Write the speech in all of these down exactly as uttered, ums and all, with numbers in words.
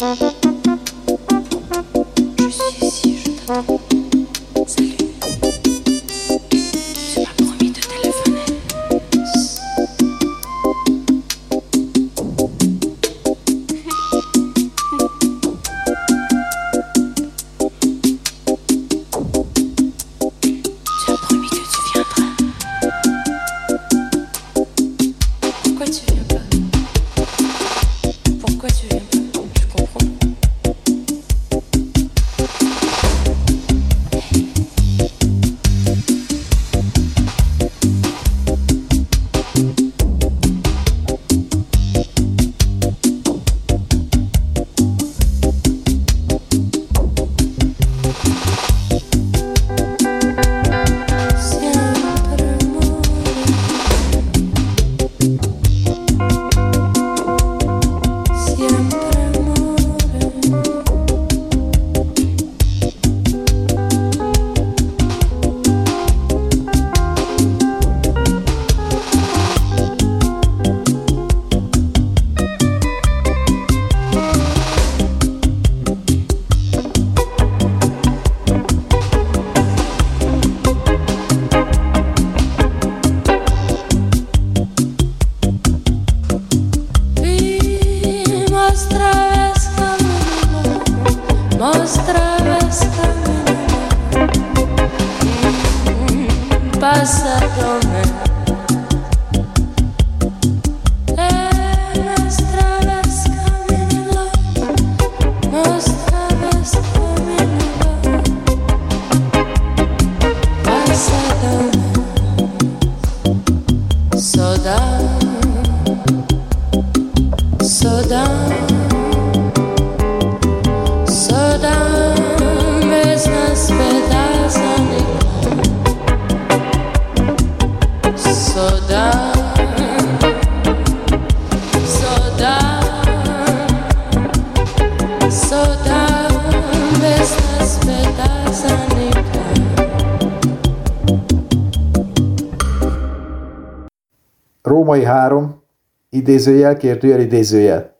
Római három, idézőjel, kérdőjel, idézőjel.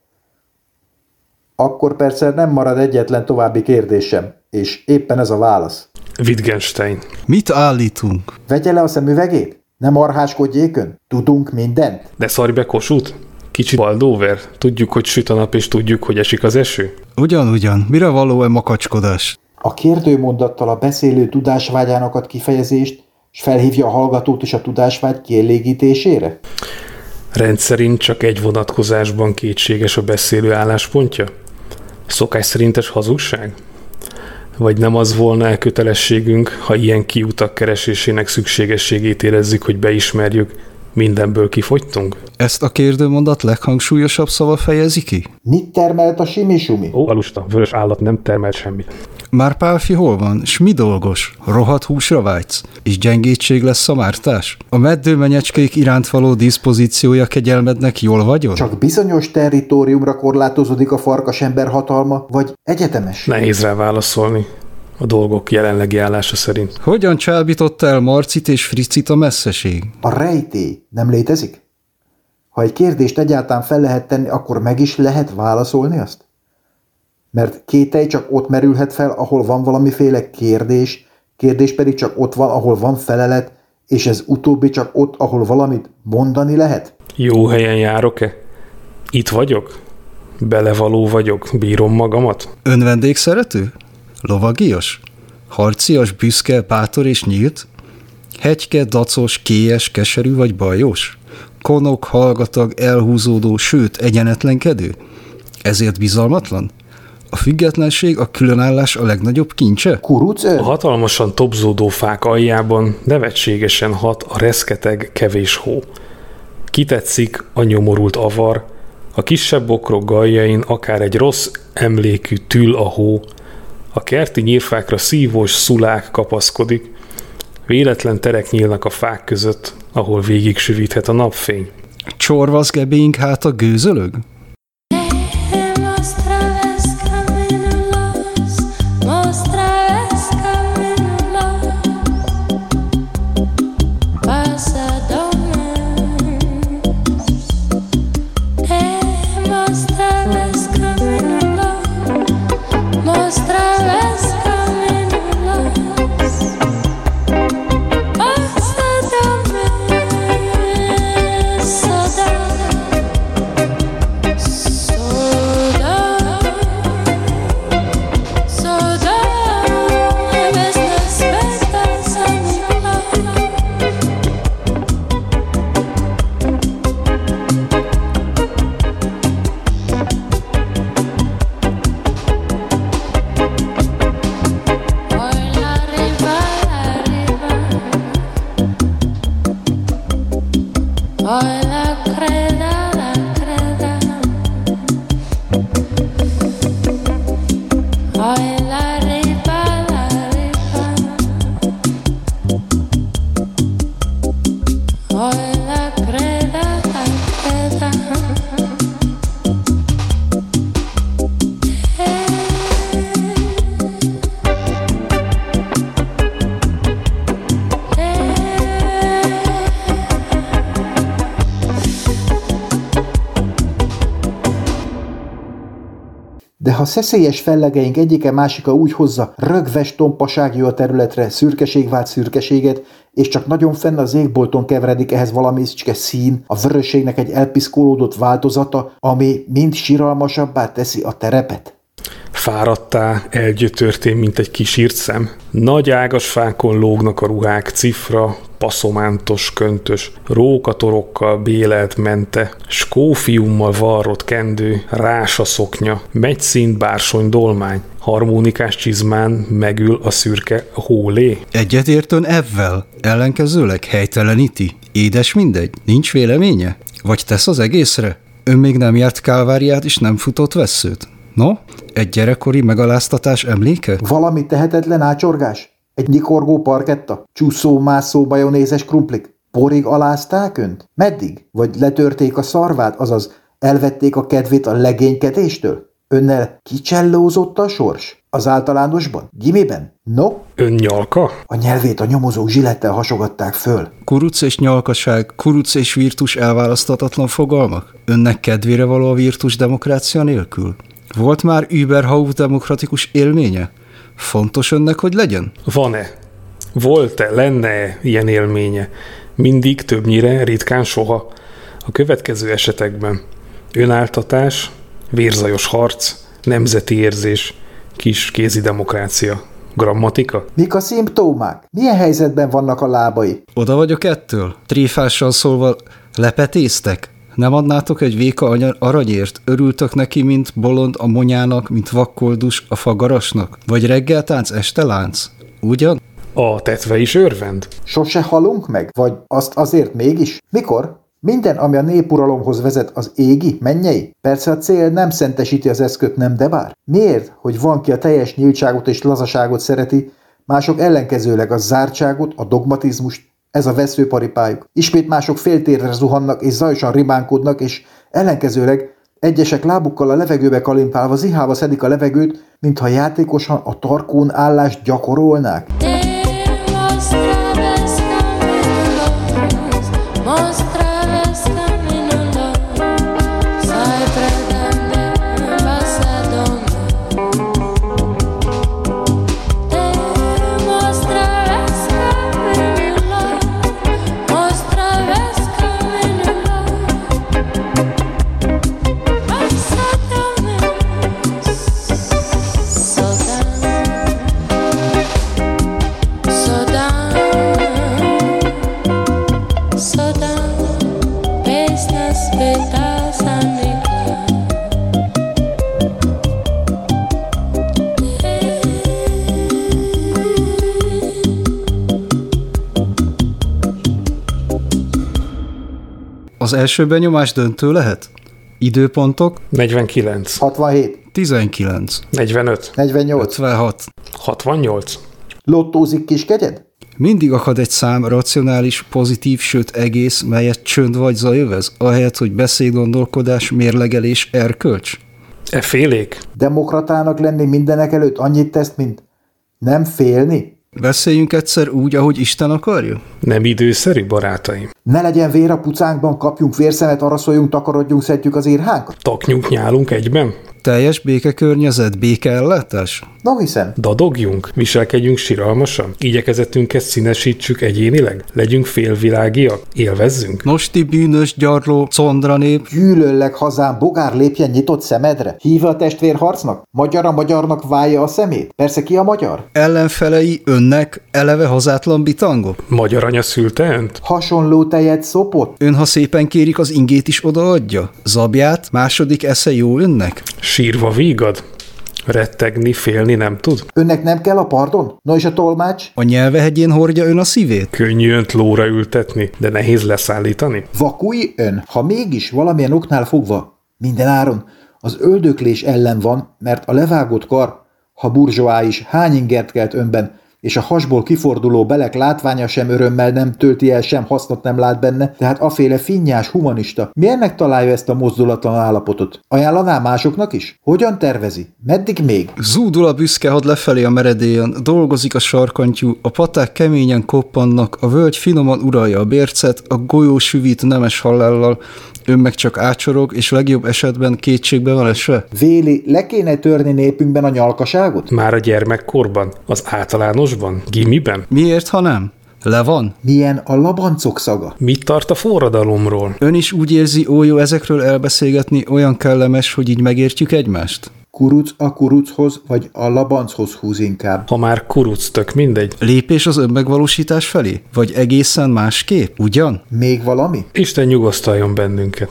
Akkor persze nem marad egyetlen további kérdésem, és éppen ez a válasz. Wittgenstein. Mit állítunk? Vegye le a szemüvegét? Nem arháskodjékön? Tudunk mindent? De szarj be Kossuth? Kicsit baldóver? Tudjuk, hogy süt a nap, és tudjuk, hogy esik az eső? Ugyan-ugyan. Mire való-e makacskodás? A kérdőmondattal a beszélő tudásvágyának ad kifejezést, és felhívja a hallgatót is a tudásvágy kielégítésére? Rendszerint csak egy vonatkozásban kétséges a beszélő álláspontja? Szokás szerintes hazugság? Vagy nem az volna elkötelességünk, ha ilyen kiutak keresésének szükségességét érezzük, hogy beismerjük, mindenből kifogytunk? Ezt a kérdőmondat leghangsúlyosabb szava fejezi ki? Mit termelt a simisumi? Ó, alusta, vörös állat nem termelt semmit. Már Pálfi hol van? S mi dolgos? Rohadt húsra vágysz? És gyengétség lesz a mártás? A meddőmenyecskék iránt való diszpozíciója kegyelmednek jól vagyod? Csak bizonyos territóriumra korlátozódik a farkasember hatalma, vagy egyetemes? Nehéz rá válaszolni a dolgok jelenlegi állása szerint. Hogyan csábította el Marcit és Fricit a messzeség? A rejtély nem létezik? Ha egy kérdést egyáltalán fel lehet tenni, akkor meg is lehet válaszolni azt? Mert kételj csak ott merülhet fel, ahol van valamiféle kérdés, kérdés pedig csak ott van, ahol van felelet, és ez utóbbi csak ott, ahol valamit mondani lehet? Jó helyen járok-e? Itt vagyok? Belevaló vagyok? Bírom magamat? Önvendégszerető? Lovagias? Harcias, büszke, bátor és nyílt? Hegyke, dacos, kélyes, keserű vagy bajós? Konok, hallgatag, elhúzódó, sőt, egyenetlenkedő? Ezért bizalmatlan? A függetlenség, a különállás a legnagyobb kincse? Kuruc? A hatalmasan tobzódó fák aljában nevetségesen hat a reszketeg kevés hó. Kitetszik a nyomorult avar, a kisebb bokrok galjain akár egy rossz emlékű tül a hó, a kerti nyírfákra szívós szulák kapaszkodik, véletlen terek nyílnak a fák között, ahol végig süvíthet a napfény. Csorvaszgebéink hát a gőzölög? De ha szeszélyes fellegeink egyike másika úgy hozza rögves tompaságjú a területre szürkeség vált szürkeséget, és csak nagyon fenn az égbolton keveredik ehhez valamicske szín, a vörösségnek egy elpiszkólódott változata, ami mind siralmasabbá teszi a terepet. Fáradtá, elgyötörtén, mint egy kisírt szem. Nagy ágas fákon lógnak a ruhák, cifra, paszomántos, köntös, rókatorokkal bélelt mente, skófiummal varrott kendő, rása szoknya, megyszínt bársony dolmány, harmonikás csizmán megül a szürke hólé. Egyetértön evvel, ellenkezőleg helyteleníti. Édes mindegy, nincs véleménye? Vagy tesz az egészre? Ön még nem járt Kálváriát és nem futott vesszőt? No, egy gyerekkori megaláztatás emléke? Valami tehetetlen ácsorgás? Egy nyikorgó parketta? Csúszó-mászó majonézes krumplik? Porig alázták önt? Meddig? Vagy letörték a szarvát, azaz elvették a kedvét a legénykedéstől? Önnel kicsellózott a sors? Az általánosban? Gimiben? No? Ön nyalka? A nyelvét a nyomozók zsilettel hasogatták föl. Kuruc és nyalkaság, kuruc és virtus elválaszthatatlan fogalmak? Önnek kedvére való a virtus demokrácia nélkül? Volt már Überhaupt demokratikus élménye? Fontos önnek, hogy legyen? Van-e? Volt-e? Lenne-e ilyen élménye? Mindig, többnyire, ritkán, soha. A következő esetekben önáltatás, vérzajos harc, nemzeti érzés, kis kézi demokrácia. Grammatika? Mik a szimptómák? Milyen helyzetben vannak a lábai? Oda vagyok ettől? Tréfással szólva lepetéztek? Nem adnátok egy véka aranyért? Örültök neki, mint bolond a monyának, mint vakkoldus a fagarasnak? Vagy reggeltánc, este lánc? Ugyan? A tetve is örvend? Sose halunk meg? Vagy azt azért mégis? Mikor? Minden, ami a népuralomhoz vezet, az égi, mennyei? Persze a cél nem szentesíti az eszköt, nem, de bár? Miért, hogy van, ki a teljes nyíltságot és lazaságot szereti, mások ellenkezőleg a zártságot, a dogmatizmust? Ez a veszőparipájuk. Ismét mások féltérre zuhannak és zajosan ribánkodnak, és ellenkezőleg egyesek lábukkal a levegőbe kalimpálva zihálva szedik a levegőt, mintha játékosan a tarkón állást gyakorolnák. Az első benyomás döntő lehet? Időpontok? negyvenkilenc. hatvanhét. tizenkilenc. negyvenöt. negyvennyolc. ötvenhat. hatvannyolc. Lottózik kiskegyed? Mindig akad egy szám, racionális, pozitív, sőt egész, melyet csönd vagy zajövez, ahelyett, hogy beszédgondolkodás, mérlegelés, erkölcs. E félék? Demokratának lenni mindenek előtt annyit tesz, mint nem félni? Beszéljünk egyszer úgy, ahogy Isten akarja? Nem időszerű, barátaim? Ne legyen vér a pucánkban, kapjunk vérszemet, araszoljunk, takarodjunk, szedjük az írhánkat? Taknyunk, nyálunk egyben? Teljes békekörnyezet, békeellátás? No hiszen. Dadogjunk? Viselkedjünk siralmasan? Igyekezetünket színesítsük egyénileg? Legyünk félvilágiak? Élvezzünk? Nos, ti bűnös, gyarló, condra nép. Gyűlöllek hazám, bogár lépjen nyitott szemedre. Hívja a testvér harcnak? Magyar a magyarnak válja a szemét? Persze ki a magyar? Ellenfelei önnek eleve hazátlan bitangok? Magyar anya szülte önt? Hasonló tejet szopott? Ön, ha szépen kérik, az ingét is odaadja? Zabját? Második esze jó önnek? Sírva vígad? Rettegni, félni nem tud? Önnek nem kell a pardon? No és a tolmács? A nyelvehegyén hordja ön a szívét? Könnyű önt lóra ültetni, de nehéz leszállítani? Vakulj ön, ha mégis valamilyen oknál fogva minden áron az öldöklés ellen van, mert a levágott kar, ha burzsóá is hány ingert kelt önben, és a hasból kiforduló belek látványa sem örömmel nem tölti el, sem hasznot nem lát benne, tehát aféle finnyás humanista miért megtalálja ezt a mozdulatlan állapotot? Ajánlaná másoknak is? Hogyan tervezi? Meddig még? Zúdul a büszke had lefelé a meredélyen, dolgozik a sarkantyú, a paták keményen koppannak, a völgy finoman uralja a bércet, a golyó süvít nemes halállal, ön meg csak ácsorog, és legjobb esetben kétségbe van esve? Véli, le kéne törni népünkben a nyalkaságot? Már a gyermekkorban? Az általánosban? Gimiben? Miért, ha nem? Le van? Milyen a labancok szaga? Mit tart a forradalomról? Ön is úgy érzi, ó jó ezekről elbeszélgetni, olyan kellemes, hogy így megértjük egymást? Kuruc a kuruchoz, vagy a labanchoz húz inkább? Ha már kuruc, tök mindegy. Lépés az önmegvalósítás felé? Vagy egészen másképp? Ugyan? Még valami? Isten nyugosztaljon bennünket.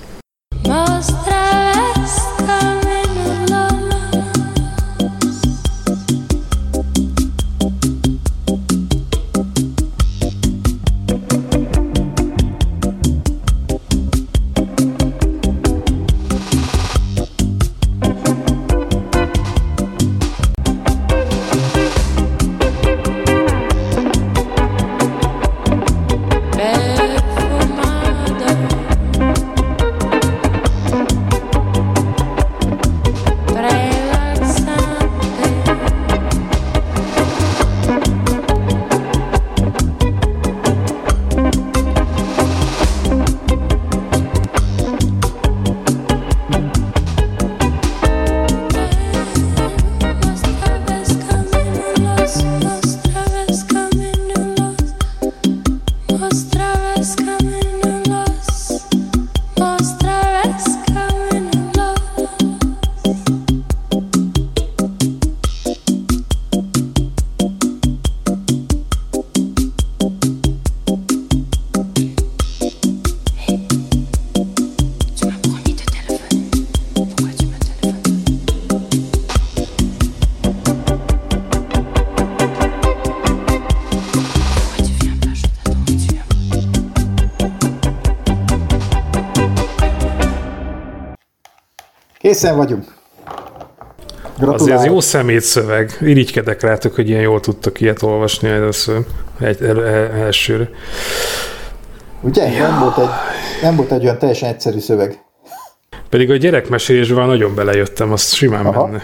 Készen vagyunk. Gratulálok. Azért ez jó szemétszöveg. Irigykedek rátok, hogy ilyen jól tudtok ilyet olvasni először. Egy, el, el, elsőre. Ugye? Ja. Nem, volt egy, nem volt egy olyan teljesen egyszerű szöveg. Pedig a gyerekmesélésben nagyon belejöttem, azt simán Aha. benne.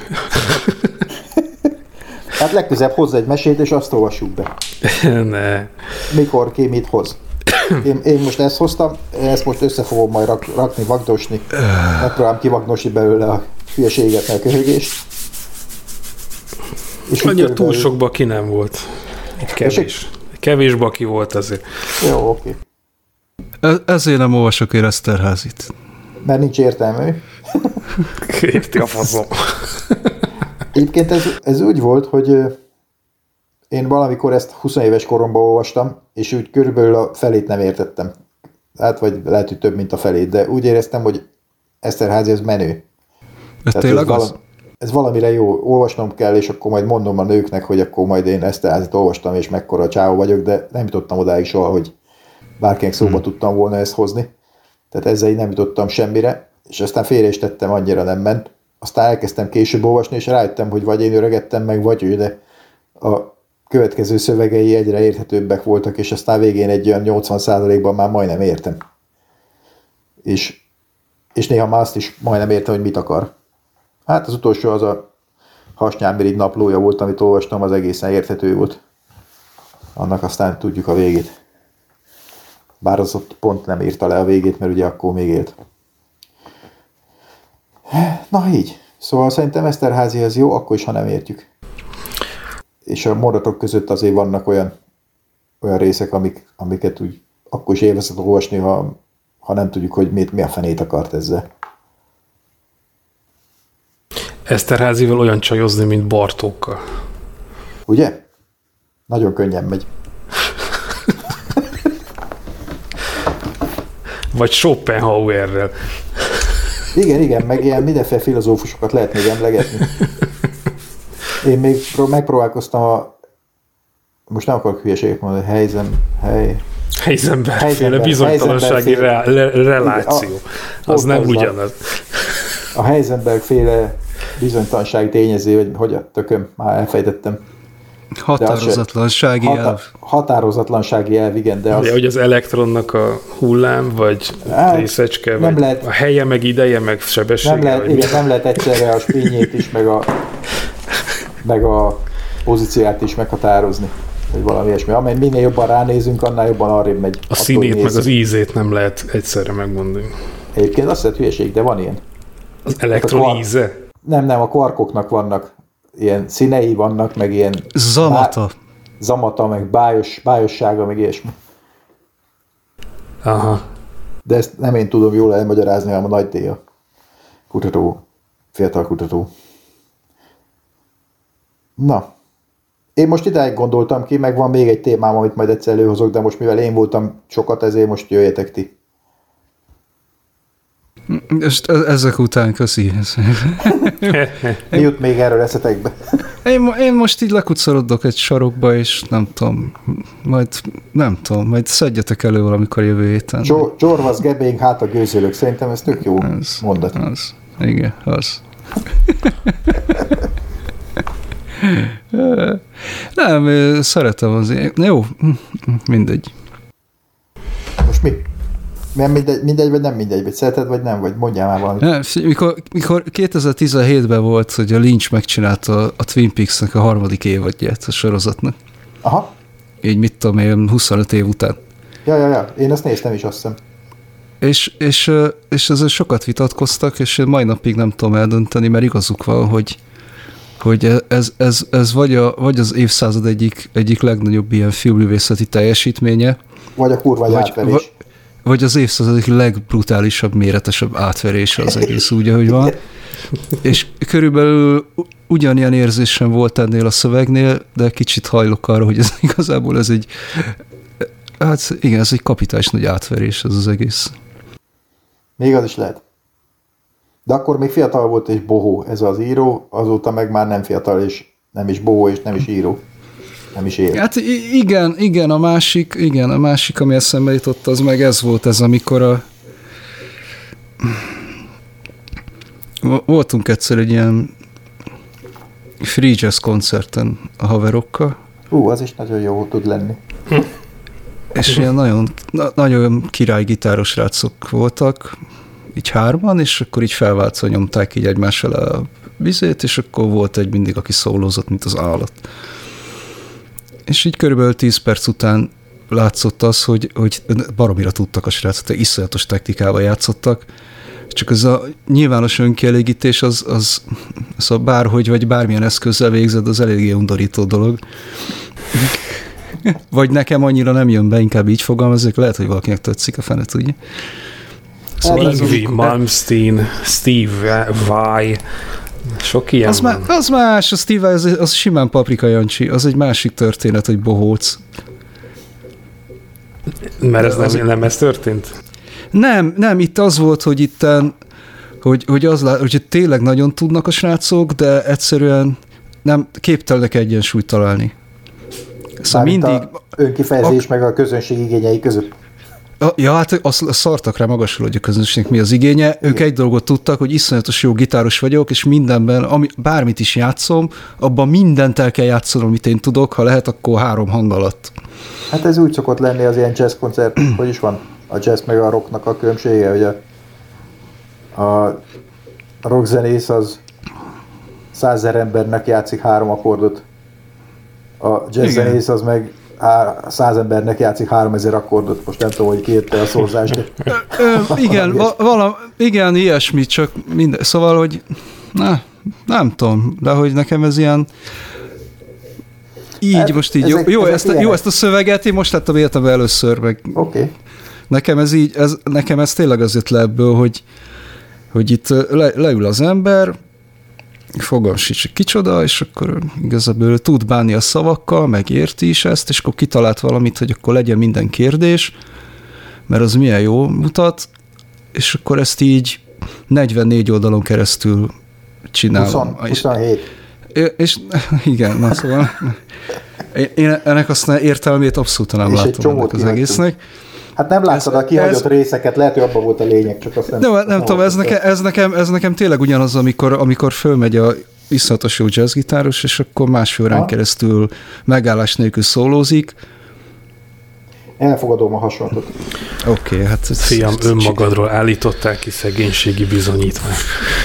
Hát legközelebb hozz egy mesét, és azt olvassuk be. Ne. Mikor, ki, mit hoz. Én, én most ezt hoztam, ezt most össze fogom majd rak, rakni, vagdosni. Megpróbálom kivagdosni belőle a hülyeséget, meg a köhögést. Annyira túl sok baki nem volt. Egy kevés. Kevés baki volt azért. Jó, oké. E- ezért nem olvasok én Eszterházit. Mert nincs értelmű. Érti a faszom. Egyébként ez, ez úgy volt, hogy én valamikor ezt húsz éves koromban olvastam, és úgy körülbelül a felét nem értettem. Hát vagy lehet, hogy több, mint a felét, de úgy éreztem, hogy Eszterházy az menő. Ez tényleg az? Valami, ez valamire jó, olvasnom kell, és akkor majd mondom a nőknek, hogy akkor majd én Eszterházit olvastam, és mekkora csávó vagyok, de nem jutottam odáig soha, hogy bárkinek szóba hmm. tudtam volna ezt hozni. Tehát ezzel így nem jutottam semmire, és aztán félre is tettem, annyira nem ment. Aztán elkezdtem később olvasni, és rájöttem, hogy vagy én öregettem meg, vagy ő, de a következő szövegei egyre érthetőbbek voltak, és aztán végén egy olyan nyolcvan százalékban már majdnem értem. És, és néha már azt is majdnem értem, hogy mit akar. Hát az utolsó az a Hasnyálmirigy naplója volt, amit olvastam, az egészen érthető volt. Annak aztán tudjuk a végét. Bár az ott pont nem írta le a végét, mert ugye akkor még élt. Na így. Szóval szerintem Eszterházy az jó, akkor is, ha nem értjük. És a mondatok között azért vannak olyan, olyan részek, amik, amiket úgy akkor is élvezhet olvasni, ha, ha nem tudjuk, hogy mit, mi a fenét akart ezzel. Eszterházyval olyan csajozni, mint Bartókkal. Ugye? Nagyon könnyen megy. Vagy Schopenhauerrel. Igen, igen, meg ilyen mindenféle filozófusokat lehet még emlegetni. Én még megpróbálkoztam a... Most nem akarok hülyeséget mondani, Heizen... Hely... Heisenberg-féle bizonytalansági re, re, reláció. A, az nem ugyanaz. A Heisenberg-féle bizonytalansági tényező, vagy hogy a tököm, már elfejtettem. Határozatlansági hatá- elv. Határozatlansági elv, igen, de az... Ugye, hogy az elektronnak a hullám, vagy Hát, részecske, nem vagy lehet- a helye, meg ideje, meg sebessége. Nem lehet, vagy igen, mi? nem lehet egyszerre a spényét is, meg a, meg a pozícióját is meghatározni, vagy valami ilyesmi. Amely minél jobban ránézünk, annál jobban arrébb megy. A színét, meg az ízét nem lehet egyszerre megmondani. Egyébként azt hiszem hülyeség, de van ilyen. Az elektron kvar- íze? Nem, nem, a kvarkoknak vannak ilyen színei vannak, meg ilyen Zamata. bá- zamata, meg bájos, bájossága, meg ilyesmi. Aha. De ezt nem én tudom jól elmagyarázni, hanem a nagy téja. Kutató, fiatal kutató. Na, én most idáig gondoltam ki, meg van még egy témám, amit majd egyszer előhozok, de most mivel én voltam sokat, ezért most jöjjetek ti. És ezek után köszi. Mi jut még erről eszetekbe? Én, mo- én most így lekucorodok egy sarokba, és nem tudom, majd nem tudom, majd szedjetek elő valamikor jövő héten. Cso- Csorvasz gebénk, hát a gőzölök. Szerintem ez tök jó Az, mondat. az. Igen, az. Nem, szeretem az én. Jó, mindegy. Most mi? Nem mindegy, mindegy, vagy nem mindegy, vagy szereted, vagy nem, vagy mondjál már valamit. Nem, mikor, mikor kétezer-tizenhétben volt, hogy a Lynch megcsinálta a Twin Peaks-nek a harmadik évadját a sorozatnak. Aha. Így mit tudom én, huszonöt év után. Ja, ja, ja. Én azt néztem is, azt hiszem. És, és, és ezzel sokat vitatkoztak, és én mai napig nem tudom eldönteni, mert igazuk van, hogy, hogy ez, ez, ez vagy, a, vagy az évszázad egyik, egyik legnagyobb ilyen filmművészeti teljesítménye, Vagy a kurva vagy, átverés. vagy, vagy az évszázad egyik legbrutálisabb, méretesebb átverése az egész úgy, ahogy van. És körülbelül ugyanilyen érzésem volt ennél a szövegnél, de kicsit hajlok arra, hogy ez igazából ez egy, hát igen, ez egy kapitális nagy átverés ez az egész. Még az is lehet. De akkor még fiatal volt és bohó ez az író, azóta meg már nem fiatal és nem is bohó és nem is író. Nem is él. Hát igen, igen, a másik, igen, a másik, ami eszembe jutott, az meg ez volt ez, amikor a voltunk egyszer egy ilyen free jazz koncerten a haverokkal. Ú, az is nagyon jó tud lenni. És ilyen nagyon, na, nagyon király gitáros rácok voltak, így hárman, és akkor így felváltva nyomták így egymás alá a vizét, és akkor volt egy mindig, aki szólózott, mint az állat. És így körülbelül tíz perc után látszott az, hogy, hogy baromira tudtak a srácok, iszonyatos technikával játszottak, csak ez a nyilvános önkielégítés az, az, az a bárhogy, vagy bármilyen eszközzel végzed, az eléggé undorító dolog. Vagy nekem annyira nem jön be, inkább így fogalmazok, lehet, hogy valakinek tetszik, a fene tudja. Szóval Yngwie Malmsteen, Steve Vai, sok ilyen az, má, az más, a Steve Vai, az, az simán Paprika Jancsi, az egy másik történet, hogy bohóc. Mert ez az nem, nem ez történt? Nem, nem, itt az volt, hogy itten, hogy, hogy, az, hogy tényleg nagyon tudnak a srácok, de egyszerűen nem képtelenek egyensúlyt találni. Szóval Mármint mindig... a önkifejezés a, meg a közönség igényei között. A, ja, hát azt szartak rá magasul, hogy a közönségnek mi az igénye. Igen. Ők egy dolgot tudtak, hogy iszonyatos jó gitáros vagyok, és mindenben, ami, bármit is játszom, abban mindent el kell játszanom, amit én tudok, ha lehet, akkor három hang alatt. Hát ez úgy szokott lenni az ilyen jazz koncert, hogy is van a jazz meg a rocknak a különbsége, hogy a, a rockzenész az százezer embernek játszik három akkordot, a jazzzenész az meg száz embernek játszik háromezer akkordot, most nem tudom, hogy kijött-e a szózás, de... Ö, igen, va- valami, igen, ilyesmi, csak minden, szóval, hogy na, nem tudom, de hogy nekem ez ilyen így, hát, most így, ezek, jó, ezek ezt, jó, ezt a szöveget én most láttam életemben először, meg okay. nekem ez így, ez, nekem ez tényleg az jött le ebből, hogy, hogy itt le, leül az ember, fogalmam sincs, kicsoda, és akkor igazából tud bánni a szavakkal, meg érti is ezt, és akkor kitalált valamit, hogy akkor legyen minden kérdés, mert az milyen jó mutat, és akkor ezt így negyvennégy oldalon keresztül csinálom. húsz, huszonhét. És, és igen, na szóval én ennek aztán értelmét abszolút nem és látom ennek az egésznek. Hát nem láttad a kihagyott ez, részeket, lehet, hogy abban volt a lényeg, csak azt nem... Nem, nem, nem tudom, ez nekem, ez, nekem, ez nekem tényleg ugyanaz, amikor, amikor fölmegy a, iszonyatos jó jazzgitáros, és akkor másfél órán keresztül megállás nélkül szólózik. Elfogadom a hasonlatot. Oké, okay, hát... Ez Fiam, önmagadról állították ki szegénységi bizonyítványt.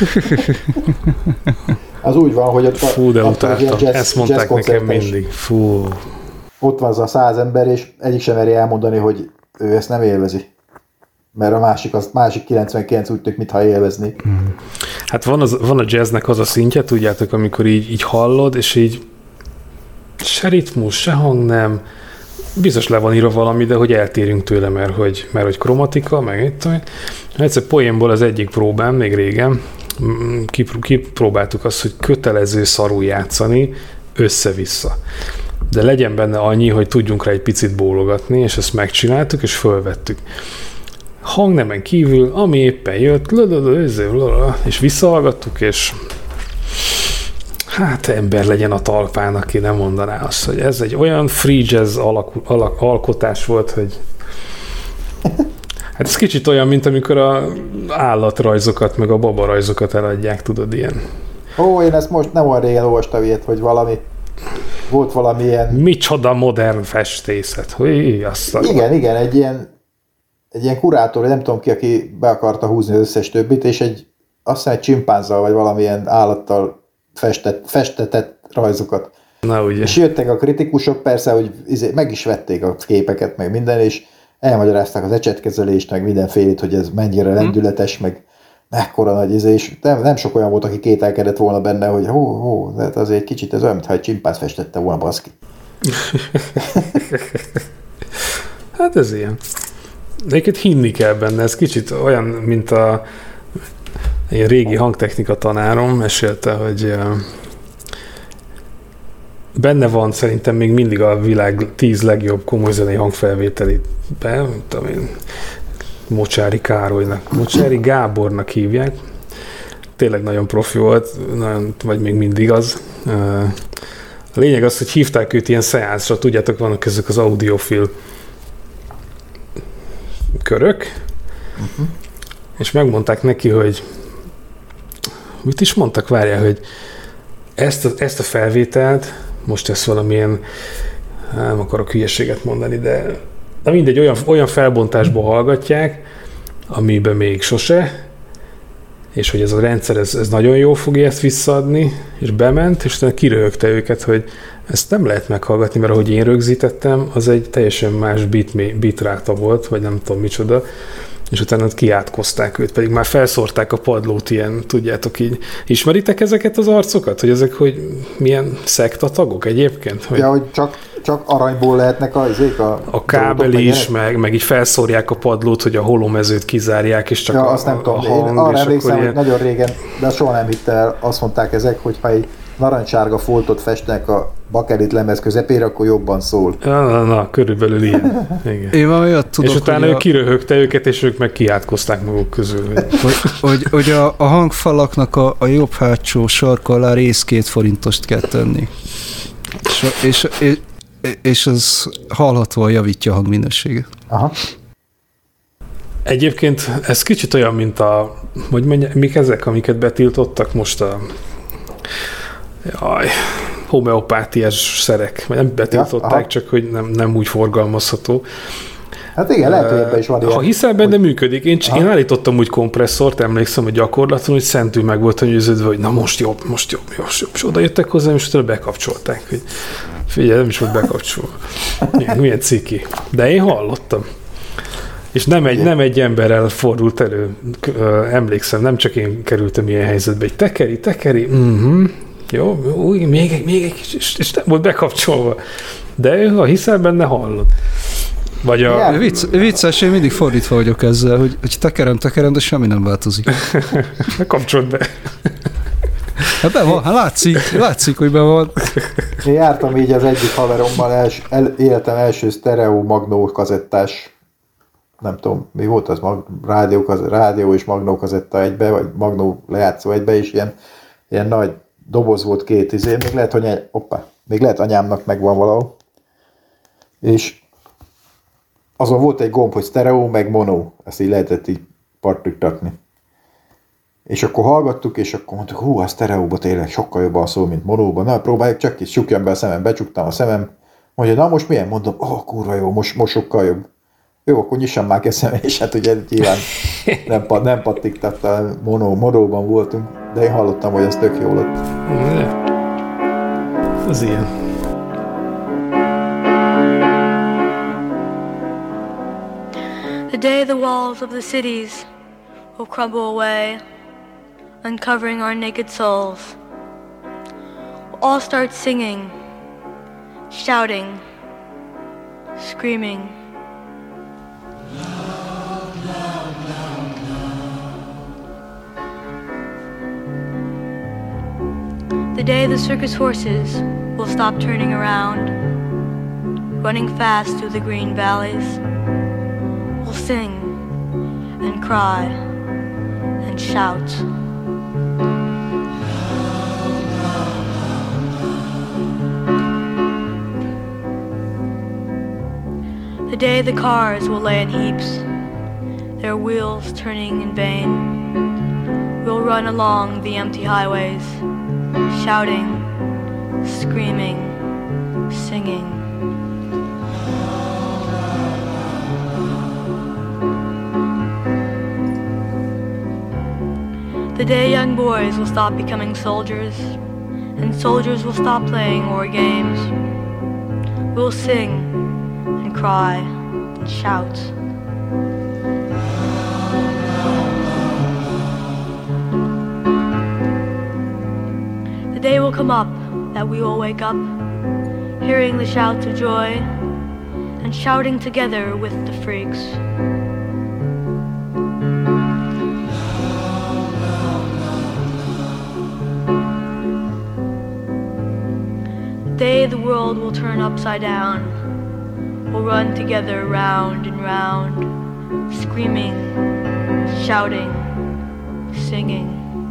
Az úgy van, hogy ott Fú, de utáltam. Jazz, Ezt mondták nekem mindig. Fú. Ott van az a száz ember, és egyik sem meri elmondani, hogy ő ezt nem élvezi. Mert a másik, az, másik kilencvenkilenc úgy tűnik, mintha élvezni. Hmm. Hát van, az, van a jazznek az a szintje, tudjátok, amikor így, így hallod, és így se ritmus, se hang nem, biztos le van írva valami, de hogy eltérünk tőle, mert hogy, mert hogy kromatika, meg itt, egyszer poénból az egyik próbán, még régen, kipróbáltuk azt, hogy kötelező szarul játszani össze-vissza. De legyen benne annyi, hogy tudjunk rá egy picit bólogatni, és ezt megcsináltuk, és fölvettük. Hangnemen kívül, ami éppen jött, és visszahallgattuk, és hát ember legyen a talpán, aki nem mondaná azt, hogy ez egy olyan free jazz alak, alak, alkotás volt, hogy hát ez kicsit olyan, mint amikor a állatrajzokat, meg a babarajzokat eladják, tudod, ilyen. Ó, én ezt most nem olyan régen olvastam ilyet, hogy valami volt valami ilyen... Micsoda modern festészet. Húj, azt a... Igen, igen, egy ilyen egy ilyen kurátor, nem tudom ki, aki be akarta húzni az összes többit, és egy, azt hiszem egy csimpánzzal, vagy valamilyen állattal festett, festetett rajzokat. Na, ugye. És jöttek a kritikusok, persze, hogy meg is vették a képeket, meg minden, és elmagyarázták az ecsetkezelést, meg mindenfélét, hogy ez mennyire lendületes, meg mekkora nagy izé, és nem, nem sok olyan volt, aki kételkedett volna benne, hogy hó, hó, de azért kicsit ez olyan, mintha egy csimpánz festette volna, baszki. Hát ez ilyen. De egyébként hinni kell benne, ez kicsit olyan, mint a egy régi hangtechnika tanárom mesélte, hogy benne van szerintem még mindig a világ tíz legjobb komoly zenei hangfelvételében, tudom én, Mocsári Károlynak, Mocsári Gábornak hívják. Tényleg nagyon profi volt, nagyon, vagy még mindig az. A lényeg az, hogy hívták őt ilyen szeánszra, tudjátok, vannak ezek az audiofil körök, uh-huh. és megmondták neki, hogy mit is mondtak, várjál, hogy ezt a, ezt a felvételt, most ezt valamilyen, nem akarok hülyeséget mondani, de, de mindegy, olyan, olyan felbontásból hallgatják, amiben még sose, és hogy ez a rendszer, ez, ez nagyon jól fogja ezt visszaadni, és bement, és utána kiröhögte őket, hogy ezt nem lehet meghallgatni, mert ahogy én rögzítettem, az egy teljesen más bit, bitráta volt, vagy nem tudom micsoda, és utána kiátkozták őt, pedig már felszórták a padlót ilyen, tudjátok így. Ismeritek ezeket az arcokat? Hogy ezek, hogy milyen szektatagok egyébként? Hogy ja, hogy csak, csak aranyból lehetnek az a... A kábel is, meg, meg így felszórják a padlót, hogy a holomezőt kizárják, és csak ja, a, azt nem a tudom. hang. Én arra emlékszem, hogy ilyen... nagyon régen, de soha nem hitte el, azt mondták ezek, hogy ha egy narancssárga foltot festnek a bakelit lemez közepére, akkor jobban szól. Na, na, na körülbelül ilyen. Igen. Én olyat tudok, és utána ő a... kiröhögte őket, és ők meg kiátkozták maguk közül. hogy, hogy, hogy a, a hangfalaknak a, a jobb hátsó sarka alá rész két forintost kell tenni. És, és, és, és az hallhatóan javítja a hangminőséget. Aha. Egyébként ez kicsit olyan, mint a, hogy mondja, mik ezek, amiket betiltottak most a jaj, homeopátiás szerek, nem betiltották, ja, csak hogy nem, nem úgy forgalmazható. Hát igen, lehet, hogy ebben is van ilyen. Ha hiszel benne, hogy... működik. Én, én állítottam úgy kompresszort, emlékszem, hogy gyakorlaton, hogy szentül meg voltam győződve, hogy na most jobb, most jobb, jobb, jobb. És oda jöttek hozzám, és utána bekapcsolták. Hogy figyelj, nem is volt bekapcsolva. Milyen, milyen ciki. De én hallottam. És nem egy, nem egy emberrel fordult elő, emlékszem, nem csak én kerültem ilyen helyzetbe, egy tekeri, tekeri, uh-huh. Jó, új, még egy, még egy kis, és nem volt bekapcsolva. De ő, ha hiszel benne, hallod. Vagy a... Ja, vicc, vicces, én mindig fordítva vagyok ezzel, hogy, hogy tekerem, tekerem, de semmi nem változik. Kapcsold be. Hát be van, hát látszik, látszik, hogy be van. Én jártam így az egyik haverommal, els, el, életem első sztereó magnó kazettás, nem tudom, mi volt az, mag, rádió, rádió és magnó kazetta egybe, vagy magnó lejátszó egybe, és ilyen, ilyen nagy doboz volt két izé, még lehet, hogy oppá, még lehet anyámnak megvan valahol. És azon volt egy gomb, hogy sztereó, meg mono. Ezt így lehetett így partiktatni. És akkor hallgattuk, és akkor mondtuk, hú, a sztereóba tényleg sokkal jobban szól, mint monóban. Na, próbáljuk csak ki, csukjam be a szemem, becsuktam a szemem. Mondja, na most milyen? Mondom, ó, oh, kurva jó, most, most sokkal jobb. Jó, akkor nyissam már kezem, és hát ugye nyilván nem, nem pattiktatta, monó, monóban voltunk, de én hallottam, hogy ez tök jó lett. Ez ilyen. The day the walls of the cities will crumble away, uncovering our naked souls. We'll all start singing, shouting, screaming. The day the circus horses will stop turning around, running fast through the green valleys. We'll sing and cry and shout. The day the cars will lay in heaps, their wheels turning in vain. We'll run along the empty highways, shouting, screaming, singing. The day young boys will stop becoming soldiers, and soldiers will stop playing war games. We'll sing and cry and shout. The day will come up that we will wake up, hearing the shouts of joy, and shouting together with the freaks. The day the world will turn upside down, we'll run together round and round, screaming, shouting, singing.